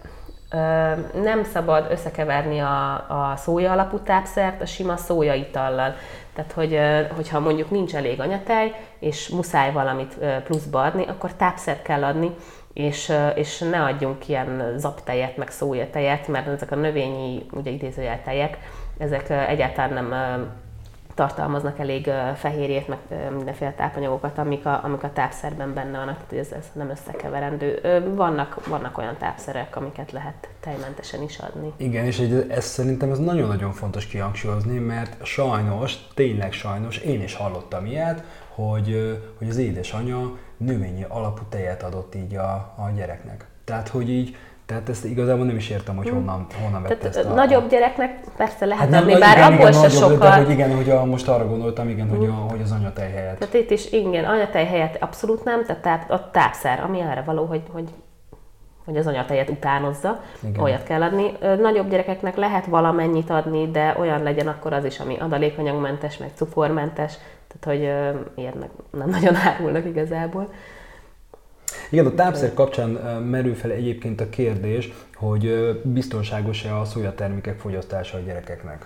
S2: nem szabad összekeverni a szója alapú tápszert a sima szójaitallal. Tehát, hogyha mondjuk nincs elég anyatej, és muszáj valamit pluszba adni, akkor tápszert kell adni, és ne adjunk ilyen zaptejet, meg szójatejet, mert ezek a növényi, ugye idézőjel tejek, ezek egyáltalán nem tartalmaznak elég fehérjét, meg mindenféle tápanyagokat, amik a tápszerben benne vannak, tehát ez nem összekeverendő. Vannak olyan tápszerek, amiket lehet tejmentesen is adni.
S1: Igen, és ez szerintem ez nagyon-nagyon fontos kihangsúlyozni, mert sajnos, tényleg sajnos, én is hallottam ilyet, hogy az édesanyja növényi alapú tejet adott így a gyereknek. Tehát ezt igazából nem is értem, hogy honnan vette ezt a...
S2: Nagyobb gyereknek persze lehet adni, bár abból se sokat.
S1: De hogy igen, hogy most arra gondoltam, igen, hogy az anyatej helyett.
S2: Tehát itt is igen, anyatej helyett abszolút nem, tehát a tápszer, ami arra való, hogy az anyatejet utánozza, igen. Olyat kell adni. Nagyobb gyerekeknek lehet valamennyit adni, de olyan legyen akkor az is, ami adalékanyagmentes, meg cukormentes, tehát hogy ilyet nem nagyon árulnak igazából.
S1: Igen, a tápszer kapcsán merül fel egyébként a kérdés, hogy biztonságos-e a szójatermékek fogyasztása a gyerekeknek?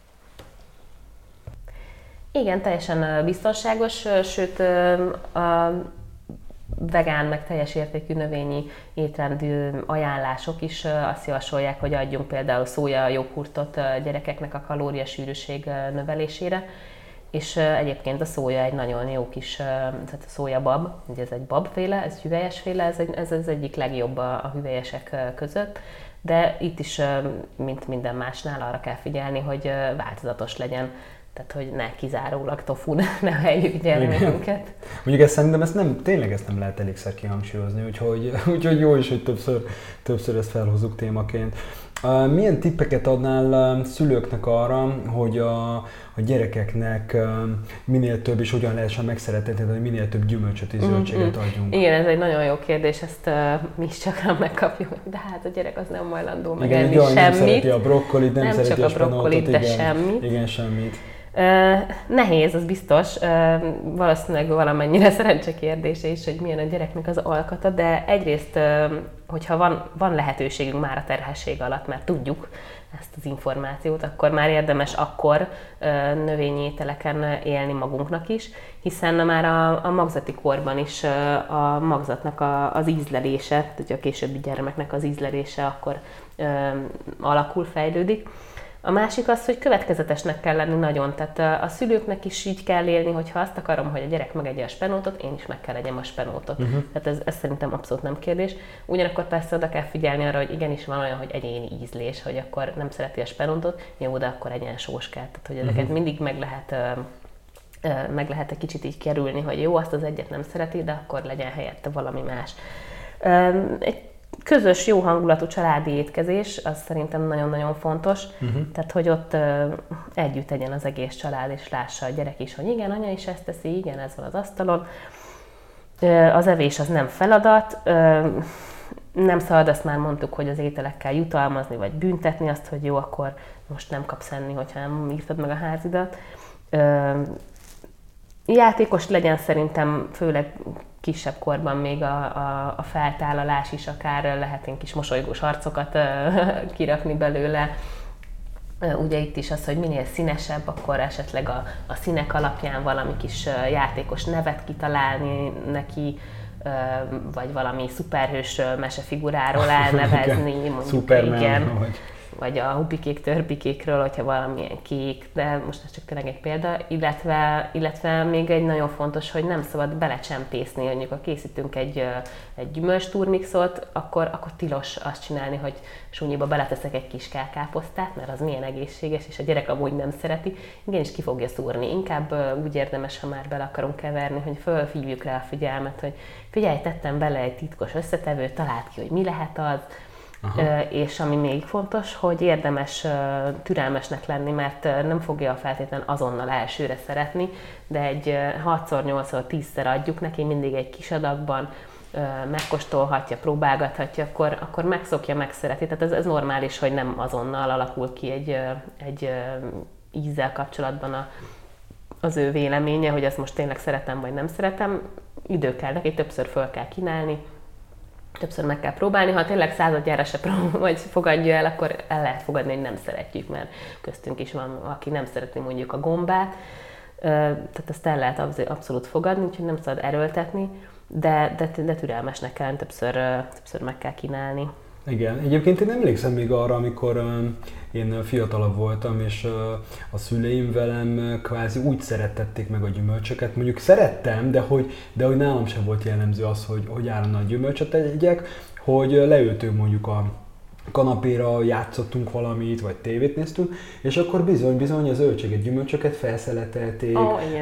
S2: Igen, teljesen biztonságos, sőt a vegán, meg teljes értékű növényi étrendű ajánlások is azt javasolják, hogy adjunk például szója joghurtot gyerekeknek a kalóriasűrűség növelésére. És egyébként a szója egy nagyon jó kis, tehát a szójabab, ugye ez egy babféle, ez hüvelyesféle, ez az egyik legjobb a hüvelyesek között, de itt is, mint minden másnál arra kell figyelni, hogy változatos legyen, tehát hogy ne kizárólag tofun neveljük gyermekünket.
S1: Mondjuk tényleg ezt nem lehet elégszer kihangsúlyozni, úgyhogy jó is, hogy többször ezt felhozzuk témaként. Milyen tippeket adnál szülőknek arra, hogy a gyerekeknek minél több és hogyan lehessen megszerettetni, hogy minél több gyümölcsöt és zöldséget adjunk?
S2: Igen, ez egy nagyon jó kérdés, ezt mi is gyakran megkapjuk, de hát a gyerek az nem hajlandó megenni semmit.
S1: Nem szereti a brokkolit, nem szereti
S2: csak a brokkolit, de semmit.
S1: Igen, semmit.
S2: Nehéz, az biztos, valószínűleg valamennyire szerencse kérdése is, hogy milyen a gyereknek az alkata, de egyrészt, hogyha van lehetőségünk már a terhesség alatt, mert tudjuk ezt az információt, akkor már érdemes növényi ételeken élni magunknak is, hiszen már a magzati korban is a magzatnak az ízlelése, tehát a későbbi gyermeknek az ízlelése akkor alakul, fejlődik. A másik az, hogy következetesnek kell lenni nagyon, tehát a szülőknek is így kell élni, hogyha azt akarom, hogy a gyerek megegye a spenótot, én is meg kell egyem a spenótot. Tehát ez szerintem abszolút nem kérdés. Ugyanakkor persze oda kell figyelni arra, hogy igenis van olyan, hogy egyéni ízlés, hogy akkor nem szereti a spenótot, jó, de akkor egyen sóskát. Tehát, hogy ezeket mindig meg lehet egy kicsit így kerülni, hogy jó, azt az egyet nem szereti, de akkor legyen helyette valami más. Egy közös, jó hangulatú családi étkezés, az szerintem nagyon-nagyon fontos. Tehát, hogy ott együtt tegyen az egész család, és lássa a gyerek is, hogy igen, anya is ezt teszi, igen, ez van az asztalon. Az evés az nem feladat. Nem szabad, azt már mondtuk, hogy az ételekkel jutalmazni, vagy büntetni azt, hogy jó, akkor most nem kapsz enni, hogyha nem írtad meg a házidat. Játékos legyen szerintem, főleg kisebb korban még a feltállalás is, akár lehet én kis mosolygós arcokat kirakni belőle. Ugye itt is az, hogy minél színesebb, akkor esetleg a színek alapján valami kis játékos nevet kitalálni neki, vagy valami szuperhős mesefiguráról elnevezni, mondjuk
S1: Superman,
S2: igen. Vagy a hupikék, törpikékről, hogyha valamilyen kék, de most ez csak tényleg egy példa, illetve még egy nagyon fontos, hogy nem szabad belecsempészni, mondjuk ha készítünk egy gyümölcs-turmixot, akkor tilos azt csinálni, hogy súnyiba beleteszek egy kis kálkáposztát, mert az milyen egészséges, és a gyerek amúgy nem szereti, igenis ki fogja szúrni. Inkább úgy érdemes, ha már bele akarunk keverni, hogy fölhívjuk rá a figyelmet, hogy figyelj, tettem bele egy titkos összetevőt, találd ki, hogy mi lehet az. És ami még fontos, hogy érdemes türelmesnek lenni, mert nem fogja feltétlenül azonnal elsőre szeretni, de egy 6-8-10-szer adjuk neki mindig egy kis adagban, megkóstolhatja, próbálgathatja, akkor megszokja, megszereti. Tehát ez normális, hogy nem azonnal alakul ki egy ízzel kapcsolatban az ő véleménye, hogy ezt most tényleg szeretem vagy nem szeretem. Idő kell neki, többször föl kell kínálni, többször meg kell próbálni, ha tényleg századjára se vagy fogadja el, akkor el lehet fogadni, hogy nem szeretjük, mert köztünk is van, aki nem szereti mondjuk a gombát, tehát ezt el lehet abszolút fogadni, úgyhogy nem szabad erőltetni, de türelmesnek kell, többször meg kell kínálni.
S1: Igen, egyébként én emlékszem még arra, amikor én fiatalabb voltam, és a szüleim velem kvázi úgy szerettették meg a gyümölcsöket. Mondjuk szerettem, de hogy nálam sem volt jellemző az, hogy állandóan gyümölcsöt egyek, hogy leültünk mondjuk a kanapéra, játszottunk valamit, vagy tévét néztünk, és akkor bizony a zöldséget, gyümölcsöket felszeletelték.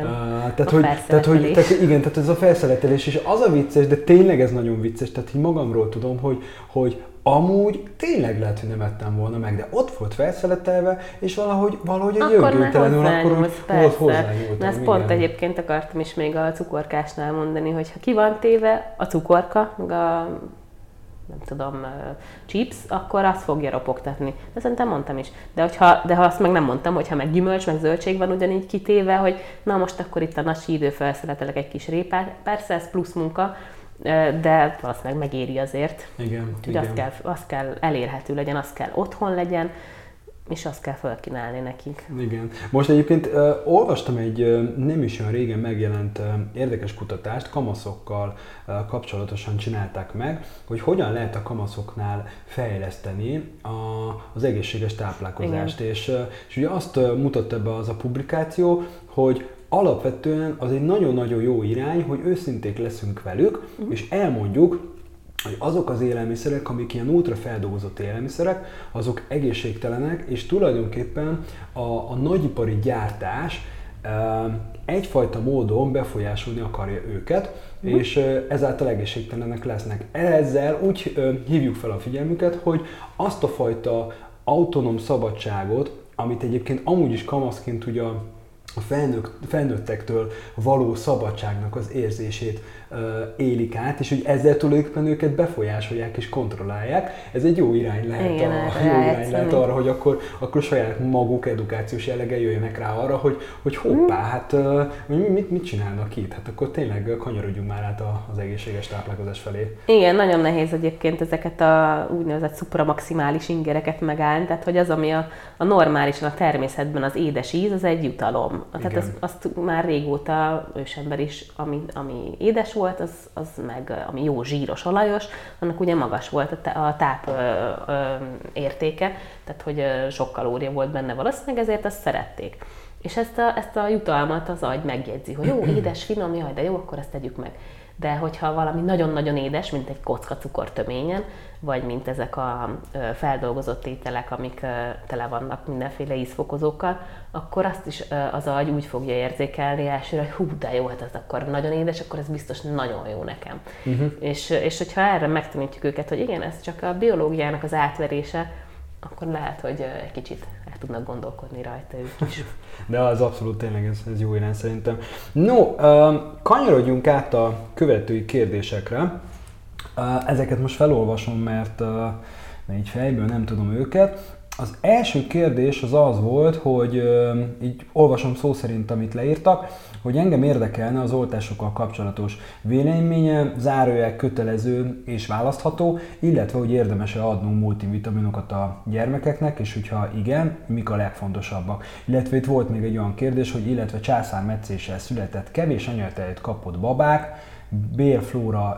S1: Tehát ez a felszeletelés, és az a vicces, de tényleg ez nagyon vicces, tehát így magamról tudom, hogy amúgy tényleg lehet, hogy nem ettem volna meg, de ott volt felszeletelve, és valahogy egy jövőtelenül akkor hozzányúltam.
S2: Ezt pont egyébként akartam is még a cukorkásnál mondani, hogy ha ki van téve a cukorka, meg a nem tudom, chips, akkor azt fogja ropogtatni. De szerintem mondtam is. De ha azt meg nem mondtam, hogyha meg gyümölcs, meg zöldség van ugyanígy kitéve, hogy na most akkor itt a nagy idő felszeletelek egy kis répát. Persze ez plusz munka, de valószínűleg megéri azért.
S1: Igen.
S2: Az kell elérhető legyen, az kell otthon legyen, és azt kell felkínálni nekik.
S1: Igen. Most egyébként olvastam egy nem is olyan régen megjelent érdekes kutatást, kamaszokkal kapcsolatosan csinálták meg, hogy hogyan lehet a kamaszoknál fejleszteni az egészséges táplálkozást. És ugye azt mutatta be az a publikáció, hogy alapvetően az egy nagyon-nagyon jó irány, hogy őszinték leszünk velük, és elmondjuk, hogy azok az élelmiszerek, amik ilyen ultrafeldolgozott élelmiszerek, azok egészségtelenek, és tulajdonképpen a nagyipari gyártás egyfajta módon befolyásolni akarja őket, és ezáltal egészségtelenek lesznek. Ezzel úgy hívjuk fel a figyelmüket, hogy azt a fajta autonóm szabadságot, amit egyébként amúgy is kamaszként ugye a felnőttektől való szabadságnak az érzését élik át, és hogy ezzel tulajdonképpen őket befolyásolják és kontrollálják. Ez egy jó irány lehet, arra, hogy akkor saját maguk edukációs jellege jöjjenek rá arra, hogy hoppá, hát mit csinálnak itt? Hát akkor tényleg kanyarodjunk már át az egészséges táplálkozás felé.
S2: Igen, nagyon nehéz egyébként ezeket a úgynevezett szupramaximális ingereket megállni, tehát hogy az, ami a normálisan a természetben az édes íz, az egy jutalom. Tehát azt már régóta ősember is, ami édes volt, az meg ami jó zsíros, olajos, annak ugye magas volt a táp értéke, tehát hogy sok kalória volt benne valószínűleg, ezért azt szerették. És ezt a jutalmat az agy megjegyzi, hogy jó, édes, finom, jaj, de jó, akkor ezt tegyük meg. De hogyha valami nagyon-nagyon édes, mint egy kocka cukor töményen, vagy mint ezek a feldolgozott ételek, amik tele vannak mindenféle ízfokozókkal, akkor azt is az agy úgy fogja érzékelni elsőre, hogy hú, de jó, hát ez akkor nagyon édes, akkor ez biztos nagyon jó nekem. És hogyha erre megtanítjuk őket, hogy igen, ez csak a biológiának az átverése, akkor lehet, hogy egy kicsit el tudnak gondolkodni rajta ők is.
S1: De az abszolút tényleg ez jó irány szerintem. No, kanyarodjunk át a követői kérdésekre. Ezeket most felolvasom, mert így fejből nem tudom őket. Az első kérdés az volt, hogy így olvasom szó szerint, amit leírtak, hogy engem érdekelne az oltásokkal kapcsolatos véleménye, zárójel kötelező és választható, illetve hogy érdemes-e adnunk multivitaminokat a gyermekeknek, és hogyha igen, mik a legfontosabbak. Illetve itt volt még egy olyan kérdés, hogy illetve császármetszéssel született kevés anyatejt kapott babák, bélflóra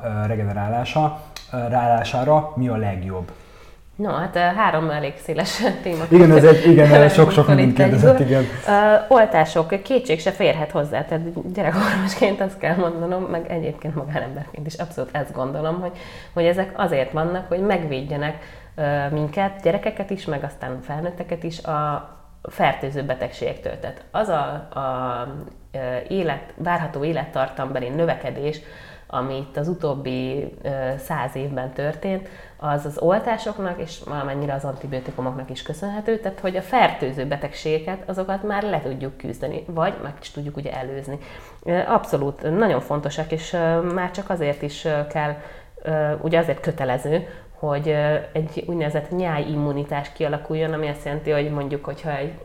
S1: regenerálására mi a legjobb?
S2: No, hát 3 elég széles téma.
S1: Igen, sok mindent kérdezett, igen.
S2: Oltások, kétség se férhet hozzá, tehát gyerekorvosként azt kell mondanom, meg egyébként magánemberként is abszolút ezt gondolom, hogy ezek azért vannak, hogy megvédjenek minket, gyerekeket is, meg aztán felnőtteket is a fertőző betegségektől. Tehát az a várható élettartambeli növekedés, ami itt az utóbbi 100 évben történt, az oltásoknak és valamennyire az antibiotikumoknak is köszönhető, tehát hogy a fertőző betegségeket, azokat már le tudjuk küzdeni, vagy meg is tudjuk ugye előzni. Abszolút nagyon fontosak, és már csak azért is kell, ugye azért kötelező, hogy egy úgynevezett nyájimmunitás kialakuljon, ami azt jelenti, hogy mondjuk, hogyha egy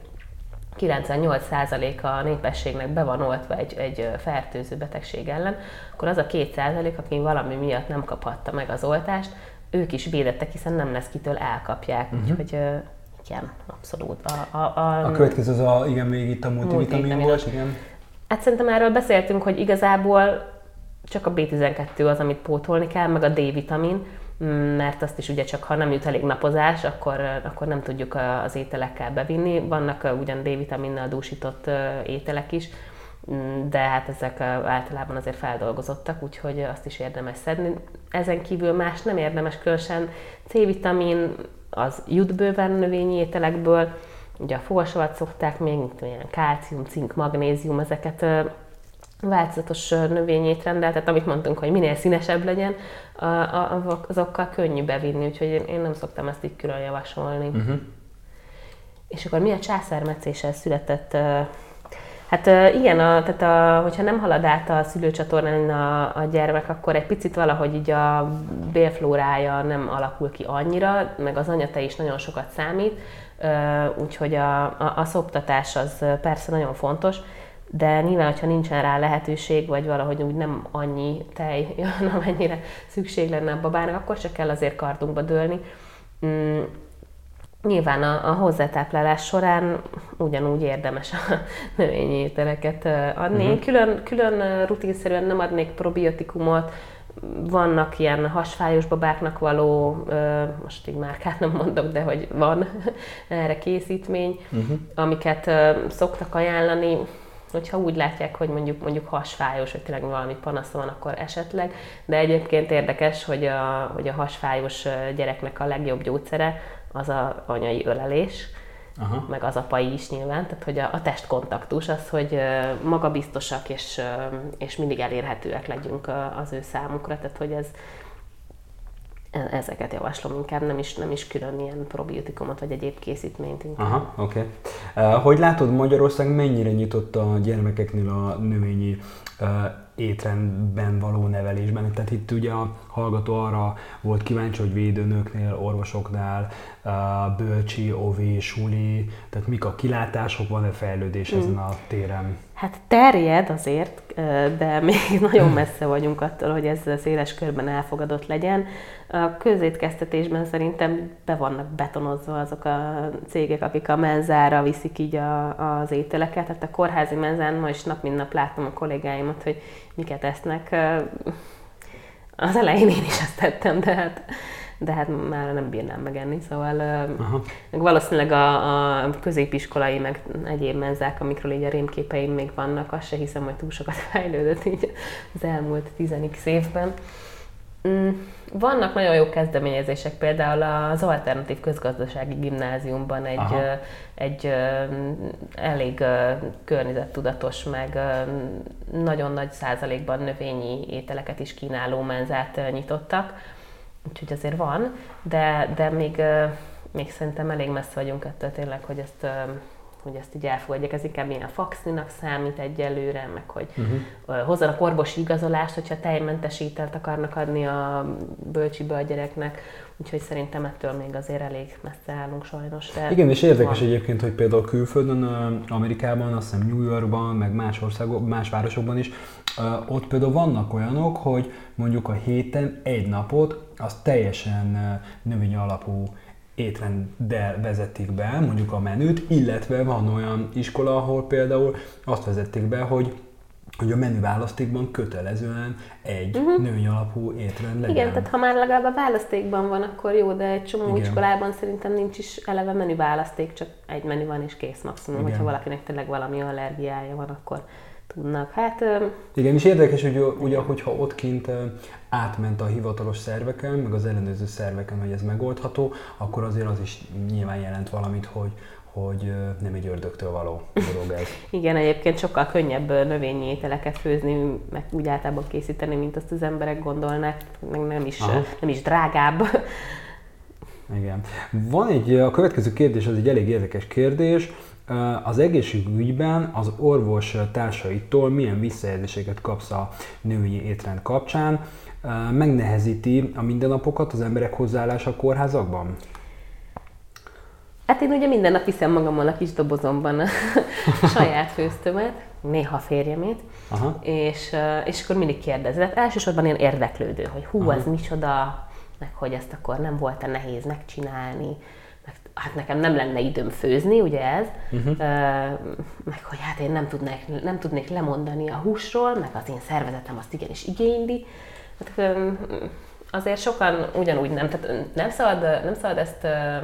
S2: 98% a népességnek be van oltva egy fertőző betegség ellen, akkor az a 2%, aki valami miatt nem kaphatta meg az oltást, ők is védettek, hiszen nem lesz kitől elkapják. Úgyhogy igen, abszolút.
S1: A következő az még itt a multivitamin volt, igen.
S2: Hát szerintem erről beszéltünk, hogy igazából csak a B12 az, amit pótolni kell, meg a D-vitamin, mert azt is ugye csak ha nem jut elég napozás, akkor nem tudjuk az ételekkel bevinni. Vannak ugyan D-vitaminnal dúsított ételek is, de hát ezek általában azért feldolgozottak, úgyhogy azt is érdemes szedni. Ezen kívül más nem érdemes, különösen C-vitamin, az jut bőven növényi ételekből, ugye a fogasavat szokták még, mint olyan kálcium, cink, magnézium, ezeket változatos növényi étrendel, tehát amit mondtunk, hogy minél színesebb legyen, azokkal könnyű bevinni, úgyhogy én nem szoktam ezt így külön javasolni. És akkor mi a császármetszéssel született? Hát igen, hogyha nem halad át a szülőcsatornán a gyermek, akkor egy picit valahogy így a bélflórája nem alakul ki annyira, meg az anyatej is nagyon sokat számít, úgyhogy a szoptatás az persze nagyon fontos, de nyilván, hogyha nincsen rá lehetőség, vagy valahogy úgy nem annyi tej jön, amennyire szükség lenne a babának, akkor se kell azért kardunkba dőlni. Nyilván a hozzátáplálás során ugyanúgy érdemes a növényi ételeket adni. Külön rutinszerűen nem adnék probiotikumot, vannak ilyen hasfájós babáknak való, most így márkát nem mondok, de hogy van erre készítmény, amiket szoktak ajánlani, hogyha úgy látják, hogy mondjuk hasfájós, vagy tényleg valami panasza van, akkor esetleg, de egyébként érdekes, hogy a hasfájós gyereknek a legjobb gyógyszere az az anyai ölelés, meg az apai is nyilván, tehát hogy a testkontaktus az, hogy magabiztosak és mindig elérhetőek legyünk az ő számukra, tehát hogy ezeket javaslom inkább, nem is külön ilyen probiotikumot vagy egyéb készítményt inkább.
S1: Oké. Hogy látod, Magyarország mennyire nyitott a gyermekeknél a növényi étrendben való nevelésben? Tehát itt ugye a hallgató arra volt kíváncsi, hogy védőnöknél, orvosoknál, bölcsi, ovi, suli, tehát mik a kilátások, van-e fejlődés ezen a téren?
S2: Hát terjed azért, de még nagyon messze vagyunk attól, hogy ez széles körben elfogadott legyen. A közétkeztetésben szerintem be vannak betonozva azok a cégek, akik a menzára viszik így az ételeket. Tehát a kórházi menzán ma is nap mint nap látom a kollégáimat, hogy miket esznek. Az elején én is ezt tettem, de hát már nem bírnám megenni, szóval meg valószínűleg a középiskolai, meg egyéb menzák, amikről így a rémképeim még vannak, azt se hiszem, hogy túl sokat fejlődött így az elmúlt 10x évben. Vannak nagyon jó kezdeményezések, például az Alternatív Közgazdasági Gimnáziumban egy elég környezettudatos, meg nagyon nagy százalékban növényi ételeket is kínáló menzát nyitottak. Úgyhogy azért van, de még szerintem elég messze vagyunk ettől tényleg, hogy ezt így elfogadják. Ez inkább ilyen faxninak számít egyelőre, meg hogy hozzanak orvosi igazolást, hogyha tejmentes ételt akarnak adni a bölcsibe a gyereknek. Úgyhogy szerintem ettől még azért elég messze állunk sajnos. De
S1: igen, és érdekes egyébként, hogy például külföldön, Amerikában, azt hiszem New Yorkban, meg más városokban is, ott például vannak olyanok, hogy mondjuk a héten egy napot az teljesen növény alapú étrenddel vezetik be, mondjuk a menüt, illetve van olyan iskola, ahol például azt vezették be, hogy a menüválasztékban kötelezően egy növény alapú étrend legyen.
S2: Igen, tehát ha már legalább a választékban van, akkor jó, de egy csomó iskolában szerintem nincs is eleve menüválaszték, csak egy menü van és kész maximum. Hogyha valakinek tényleg valami allergiája van, akkor tudnak.
S1: Igen, és érdekes, hogy ugye, hogyha ott kint átment a hivatalos szerveken, meg az ellenőrző szerveken, hogy ez megoldható, akkor azért az is nyilván jelent valamit, hogy nem egy ördögtől való dolog ez.
S2: Igen, egyébként sokkal könnyebb növényi ételeket főzni, meg úgy általában készíteni, mint azt az emberek gondolnak, meg nem is drágább.
S1: Igen. A következő kérdés, az egy elég érdekes kérdés. Az egészségügyben az orvos társaitól milyen visszajelzéseket kapsz a női étrend kapcsán? Megnehezíti a mindennapokat az emberek hozzáállása a kórházakban?
S2: Hát én ugye minden nap viszem magammal a kis dobozomban a saját főztömet, néha a férjemét, és akkor mindig kérdezem. Hát elsősorban ilyen érdeklődő, hogy az micsoda, meg hogy ezt akkor nem volt-e nehéz megcsinálni, hát nekem nem lenne időm főzni, ugye ez, meg hogy hát én nem tudnék lemondani a húsról, meg az én szervezetem azt igenis igényli. Hát, azért sokan ugyanúgy tehát nem szabad ezt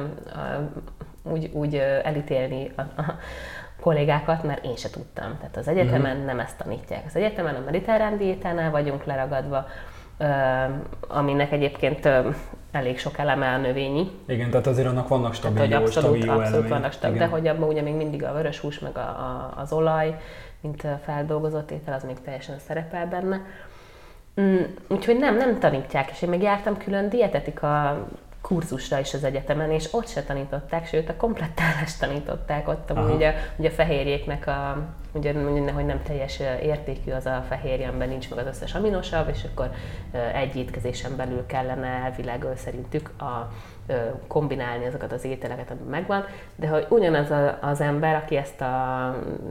S2: úgy elítélni a kollégákat, mert én se tudtam. Tehát az egyetemen nem ezt tanítják. Az egyetemen a mediterrán diétánál vagyunk leragadva, aminek egyébként elég sok eleme a növényi.
S1: Igen, tehát azért annak vannak stabil jó
S2: abszolút vannak stabil, de hogy abban ugye még mindig a vörös hús, meg az olaj, mint feldolgozott étel, az még teljesen szerepel benne. Úgyhogy nem tanítják, és én még jártam külön dietetika kurzusra is az egyetemen, és ott se tanították, sőt a komplettálást tanították ott, ugye a fehérjéknek ugye, hogy nem teljes értékű az a fehérje, amiben nincs meg az összes aminosav, és akkor egy étkezésen belül kellene elvileg szerintük kombinálni azokat az ételeket, ami megvan, de hogy ugyanaz az ember, aki ezt a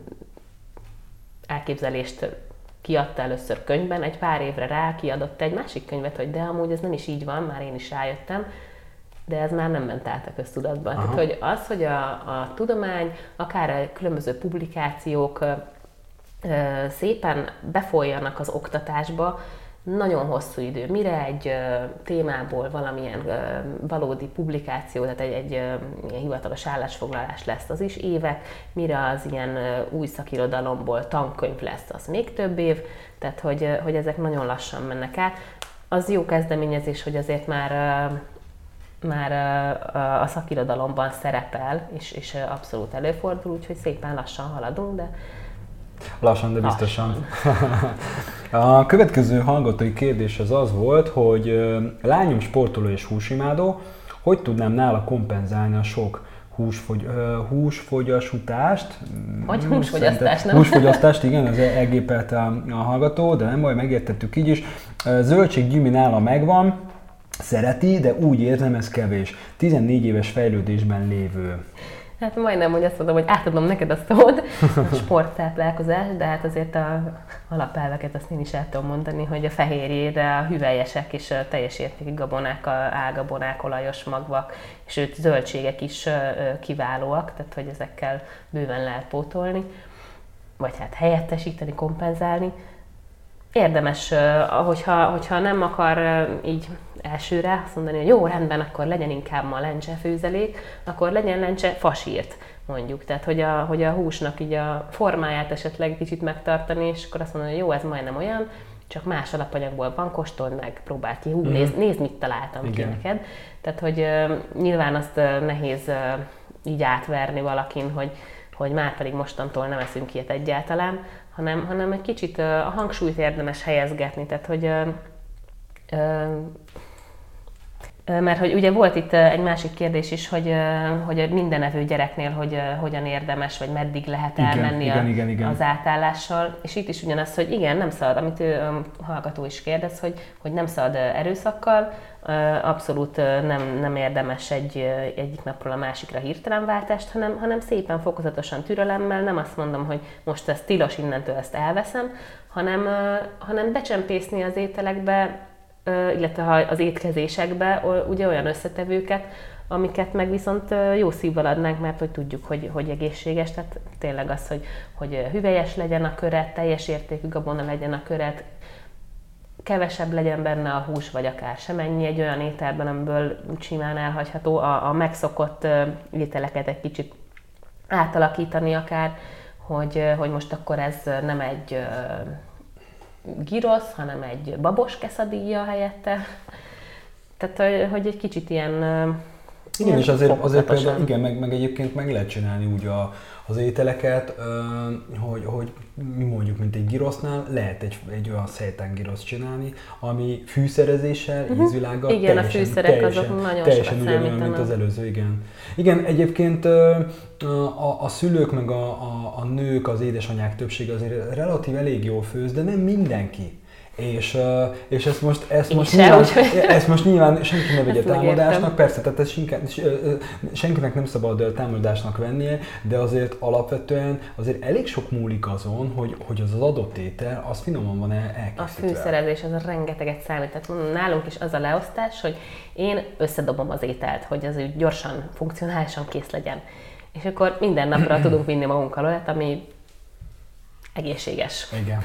S2: elképzelést kiadta először könyvben, egy pár évre rá kiadott egy másik könyvet, hogy de amúgy ez nem is így van, már én is rájöttem, de ez már nem ment át a köztudatban. Tehát, hogy az, hogy a tudomány, akár a különböző publikációk szépen befolyjanak az oktatásba, nagyon hosszú idő. Mire egy témából valamilyen valódi publikáció, tehát egy ilyen hivatalos állásfoglalás lesz, az is évek, mire az ilyen új szakirodalomból tankönyv lesz, az még több év, tehát hogy ezek nagyon lassan mennek át. Az jó kezdeményezés, hogy azért már a szakirodalomban szerepel, és abszolút előfordul, úgyhogy szépen lassan haladunk, de
S1: lassan, de biztosan. A következő hallgatói kérdés az volt, hogy lányom sportoló és húsimádó, hogy tudnám nála kompenzálni a sok húsfogyasztást?
S2: Vagy húsfogyasztást, nem?
S1: Húsfogyasztást, igen, az elgépelte a hallgató, de nem baj, megértettük így is. Zöldséggyümi nála megvan, szereti, de úgy érzem, ez kevés. 14 éves fejlődésben lévő.
S2: Hát majdnem, hogy azt mondom, hogy átadom neked a szót, a sporttáplálkozás, de hát azért a alapelveket azt én is el tudom mondani, hogy a fehérjére a hüvelyesek és a teljes értékű gabonák, álgabonák, olajos magvak, és sőt zöldségek is kiválóak, tehát hogy ezekkel bőven lehet pótolni, vagy hát helyettesíteni, kompenzálni. Érdemes, hogyha nem akar így elsőre azt mondani, hogy jó, rendben, akkor legyen inkább ma lencsefőzelék, akkor legyen lencse fasírt, mondjuk. Tehát, hogy a húsnak így a formáját esetleg kicsit megtartani, és akkor azt mondani, hogy jó, ez majdnem olyan, csak más alapanyagból van, kóstold meg, próbáld ki, nézd, mit találtam ki neked. Tehát, hogy nyilván azt nehéz így átverni valakin, hogy már pedig mostantól nem eszünk ilyet egyáltalán, hanem egy kicsit a hangsúlyt érdemes helyezgetni, tehát hogy mert hogy ugye volt itt egy másik kérdés is, hogy minden evő gyereknél hogyan érdemes, vagy meddig lehet elmenni igen. Az átállással. És itt is ugyanaz, hogy igen, nem szabad, amit a hallgató is kérdez, hogy nem szabad erőszakkal, abszolút nem érdemes egyik napról a másikra hirtelen váltást, hanem szépen, fokozatosan, türelemmel, nem azt mondom, hogy most ez tilos, innentől ezt elveszem, hanem becsempészni az ételekbe, illetve az étkezésekbe ugye olyan összetevőket, amiket meg viszont jó szívvel adnánk, mert hogy tudjuk, hogy egészséges, tehát tényleg az, hogy hüvelyes legyen a köret, teljes értékű gabona legyen a köret, kevesebb legyen benne a hús, vagy akár semennyi egy olyan ételben, amiből simán elhagyható, a megszokott ételeket egy kicsit átalakítani akár, hogy most akkor ez nem egy gyrosz, hanem egy babos quesadilla helyette. Tehát, hogy egy kicsit ilyen
S1: igen, és azért például, igen, meg egyébként meg lehet csinálni úgy az ételeket, hogy mondjuk, mint egy gyrosznál, lehet egy olyan seitan gyrosz csinálni, ami fűszerezéssel, ízvilággal
S2: igen, a fűszerek azok nagyon
S1: teljesen
S2: sokat
S1: ugyanolyan, mint az előző, igen. Igen, egyébként a szülők meg a nők, az édesanyák többsége azért relatív elég jól főz, de nem mindenki. És ezt most nyilván senki ne vegye támadásnak, persze, tehát ezt senkinek nem szabad támadásnak vennie, de azért alapvetően azért elég sok múlik azon, hogy az adott étel, az finoman van elkészítve.
S2: A fűszerezés az rengeteget számít, tehát nálunk is az a leosztás, hogy én összedobom az ételt, hogy az úgy gyorsan, funkcionálisan kész legyen. És akkor minden napra tudunk vinni magunkkal olyat, ami egészséges.
S1: Igen.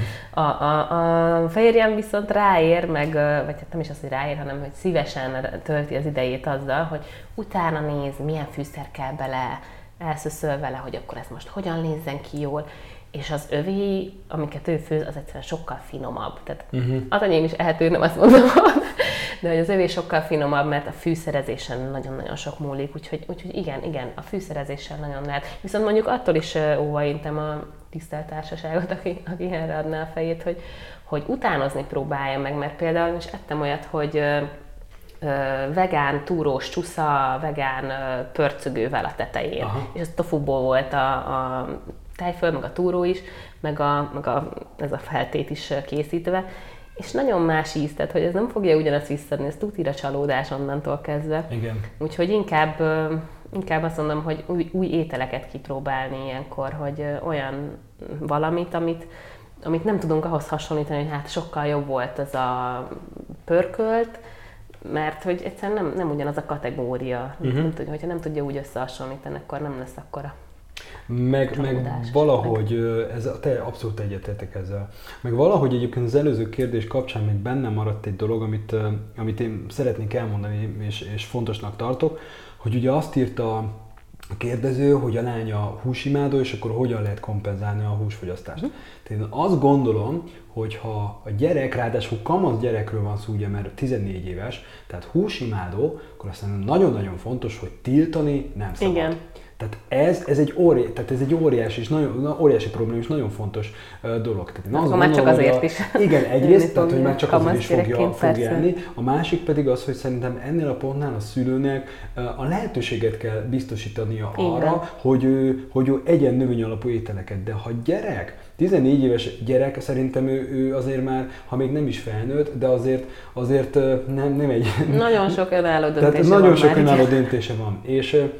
S2: A fehérjem viszont ráér, vagy hát nem is az, hogy ráér, hanem hogy szívesen tölti az idejét azzal, hogy utána néz, milyen fűszer kell bele, elszöszöl vele, hogy akkor ez most hogyan nézzen ki jól, és az övé, amiket ő főz, az egyszerűen sokkal finomabb. Tehát az enyém is ehető, nem azt mondom, de hogy az övé sokkal finomabb, mert a fűszerezésen nagyon-nagyon sok múlik, úgyhogy igen, a fűszerezéssel nagyon lehet. Viszont mondjuk attól is óvaintem a tisztelt társaságot, aki erre adná a fejét, hogy utánozni próbálja meg, mert például is ettem olyat, hogy vegán túrós csusza, vegán pörcögővel a tetején. Aha. És az tofuból volt a tejföl, meg a túró is, meg ez a feltét is készítve. És nagyon más íz, tehát hogy ez nem fogja ugyanazt visszadni, ez tutira csalódás onnantól kezdve.
S1: Igen.
S2: Úgyhogy inkább azt mondom, hogy új ételeket kipróbálni ilyenkor, hogy olyan valamit, amit nem tudunk ahhoz hasonlítani, hogy hát sokkal jobb volt az a pörkölt, mert hogy egyszerűen nem ugyanaz a kategória. Nem tudja, hogyha nem tudja úgy összehasonlítani, akkor nem lesz akkora.
S1: Meg valahogy, te abszolút egyetértek ezzel. Meg valahogy egyébként az előző kérdés kapcsán még bennem maradt egy dolog, amit én szeretnék elmondani, és fontosnak tartok, hogy ugye azt írta a kérdező, hogy a lánya húsimádó, és akkor hogyan lehet kompenzálni a húsfogyasztást. Tehát én azt gondolom, hogy ha a gyerek, ráadásul kamasz gyerekről van szó, ugye, mert 14 éves, tehát húsimádó, akkor aztán nagyon-nagyon fontos, hogy tiltani nem szabad.
S2: Igen.
S1: Tehát ez egy óriási, és óriási probléma, és nagyon fontos dolog. Tehát
S2: akkor már csak azért is.
S1: Igen, egyrészt, tehát hogy már csak azért is fog élni. A másik pedig az, hogy szerintem ennél a pontnál a szülőnek a lehetőséget kell biztosítania arra, hogy ő egyen növényalapú ételeket. De ha gyerek, 14 éves gyerek, szerintem ő azért már, ha még nem is felnőtt, de azért nem egy...
S2: Nagyon sok önálló döntése
S1: van. Tehát nagyon sok önálló döntése van.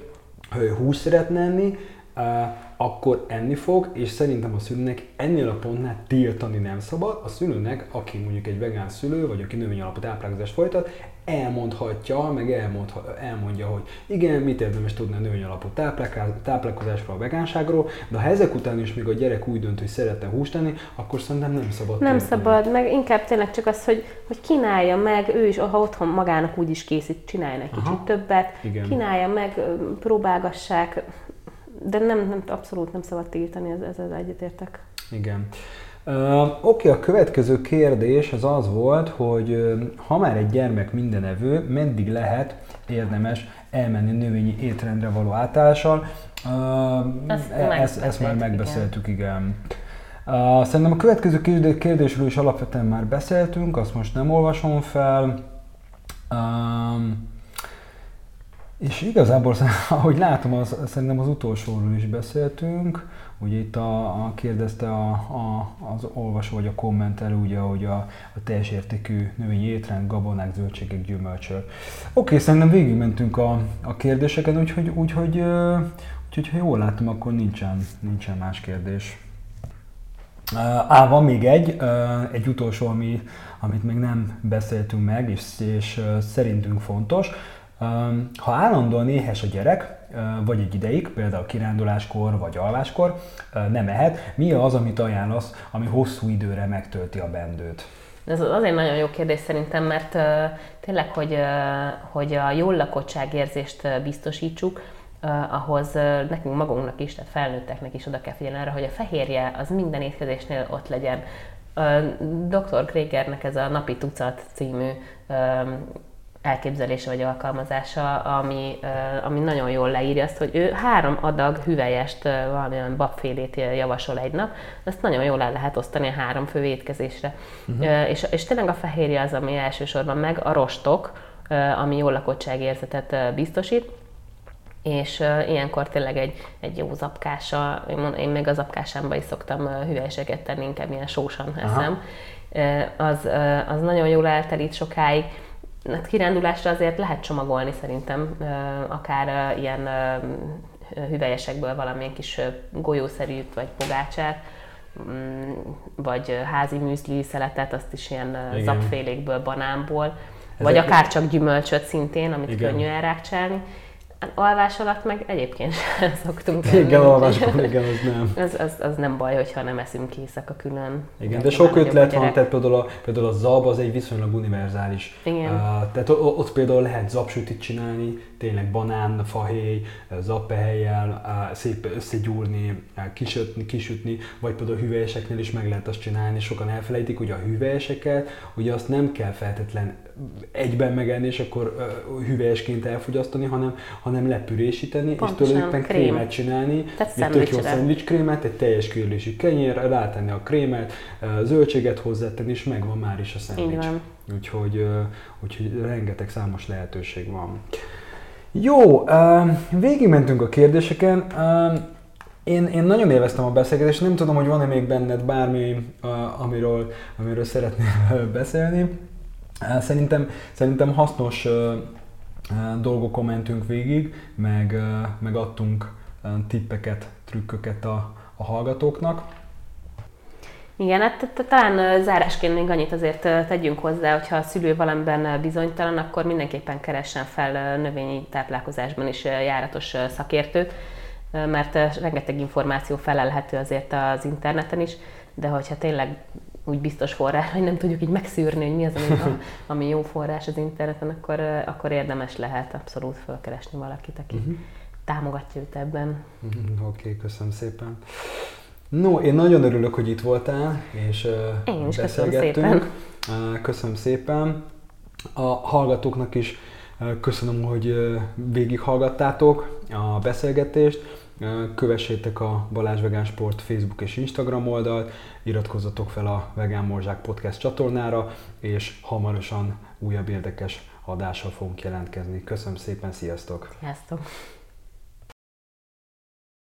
S1: hús szeretne enni, akkor enni fog, és szerintem a szülőnek ennél a pontnál tiltani nem szabad. A szülőnek, aki mondjuk egy vegán szülő, vagy aki növényalapú táplálkozást folytat, elmondhatja, meg elmondja, hogy igen, mit érdemes tudni a növényalapú táplálkozásról, a vegánságról, de ha ezek után is még a gyerek úgy dönt, hogy szeretne húst enni, akkor szerintem nem szabad.
S2: Nem szabad, meg inkább tényleg csak az, hogy kínálja meg, ő is, ha otthon magának úgy is készít, csináljon egy kicsit többet, igen. Kínálja meg, próbálgassák, de abszolút nem szabad tiltani, ezzel egyetértek.
S1: Igen. Oké, a következő kérdés az volt, hogy ha már egy gyermek mindenevő, meddig lehet érdemes elmenni növényi étrendre való átállással? Ezt már megbeszéltük, igen. Szerintem a következő kérdésről is alapvetően már beszéltünk, azt most nem olvasom fel. És igazából, ahogy látom, szerintem az utolsóról is beszéltünk. Ugye itt kérdezte az olvasó vagy a kommentelő, ugye, hogy a teljes értékű növényi étrend, gabonák, zöldségek, gyümölcsök. Oké, szerintem végigmentünk a kérdéseken, úgyhogy ha jól látom, akkor nincsen más kérdés. Van még egy utolsó, amit még nem beszéltünk meg, és szerintünk fontos. Ha állandóan éhes a gyerek, vagy egy ideig, például kiránduláskor vagy alváskor nem ehet, mi az, amit ajánlasz, ami hosszú időre megtölti a bendőt?
S2: Ez azért nagyon jó kérdés szerintem, mert tényleg, hogy a jól lakottságérzést biztosítsuk, ahhoz nekünk magunknak is, tehát felnőtteknek is oda kell figyelni arra, hogy a fehérje az minden étkezésnél ott legyen. Dr. Gregernek ez a Napi Tucat című elképzelése vagy alkalmazása, ami nagyon jól leírja azt, hogy ő 3 adag hüvelyest, valamilyen babfélét javasol egy nap, ezt nagyon jól el lehet osztani a 3 fő étkezésre. És tényleg a fehérje az, ami elsősorban meg, a rostok, ami jól lakottságérzetet biztosít, és ilyenkor tényleg egy jó zapkása, én még a zapkásámba is szoktam hüvelyeseket tenni, inkább ilyen sósan eszem, az nagyon jól eltelít sokáig. Hát kirándulásra azért lehet csomagolni szerintem, akár ilyen hüvelyesekből valamilyen kis golyószerűt, vagy pogácsát, vagy házi műzli szeletet, azt is ilyen zapfélékből, banánból, vagy akár csak gyümölcsöt szintén, amit könnyű elrákcsálni. Alvás alatt meg egyébként sem szoktunk enni.
S1: Igen, alváskor, igen, az nem.
S2: Az nem baj, hogyha nem eszünk éjszaka külön.
S1: Igen, de sok ötlet van, tehát például a zab az egy viszonylag univerzális.
S2: Igen.
S1: Tehát ott például lehet zabsütit csinálni, tényleg banán, fahéj, zabpehellyel, szép összegyúrni, kisütni, vagy például a hüvelyeseknél is meg lehet azt csinálni. Sokan elfelejtik, hogy a hüvelyeseket, ugye azt nem kell feltétlen egyben megenni, és akkor hüvelyesként elfogyasztani, hanem lepürésíteni, és tulajdonképpen krémet csinálni, egy tök jó szendvicskrémet, egy teljes kérlésű kenyér, rátenni a krémet, zöldséget hozzátenni, és megvan már is a szendvics. Úgyhogy rengeteg számos lehetőség van. Jó, végigmentünk a kérdéseken. Én nagyon élveztem a beszélgetést, nem tudom, hogy van-e még benned bármi, amiről szeretnél beszélni. Szerintem hasznos dolgokon mentünk végig, meg adtunk tippeket, trükköket a hallgatóknak.
S2: Igen, hát talán zárásként még annyit azért tegyünk hozzá, hogyha a szülő valamiben bizonytalan, akkor mindenképpen keressen fel növényi táplálkozásban is járatos szakértőt, mert rengeteg információ felelhető azért az interneten is, de hogyha tényleg úgy biztos forrás, hogy nem tudjuk így megszűrni, hogy mi az, ami jó forrás az interneten, akkor érdemes lehet abszolút felkeresni valakit, aki támogatja őt ebben.
S1: Oké, köszönöm szépen. No, én nagyon örülök, hogy itt voltál, és
S2: én is
S1: beszélgettünk. Köszönöm szépen. A hallgatóknak is köszönöm, hogy végighallgattátok a beszélgetést. Kövessétek a Balázs Vegán Sport Facebook és Instagram oldalt, iratkozzatok fel a Vegán Morzsák Podcast csatornára, és hamarosan újabb érdekes adással fogunk jelentkezni. Köszönöm szépen, sziasztok!
S2: Sziasztok!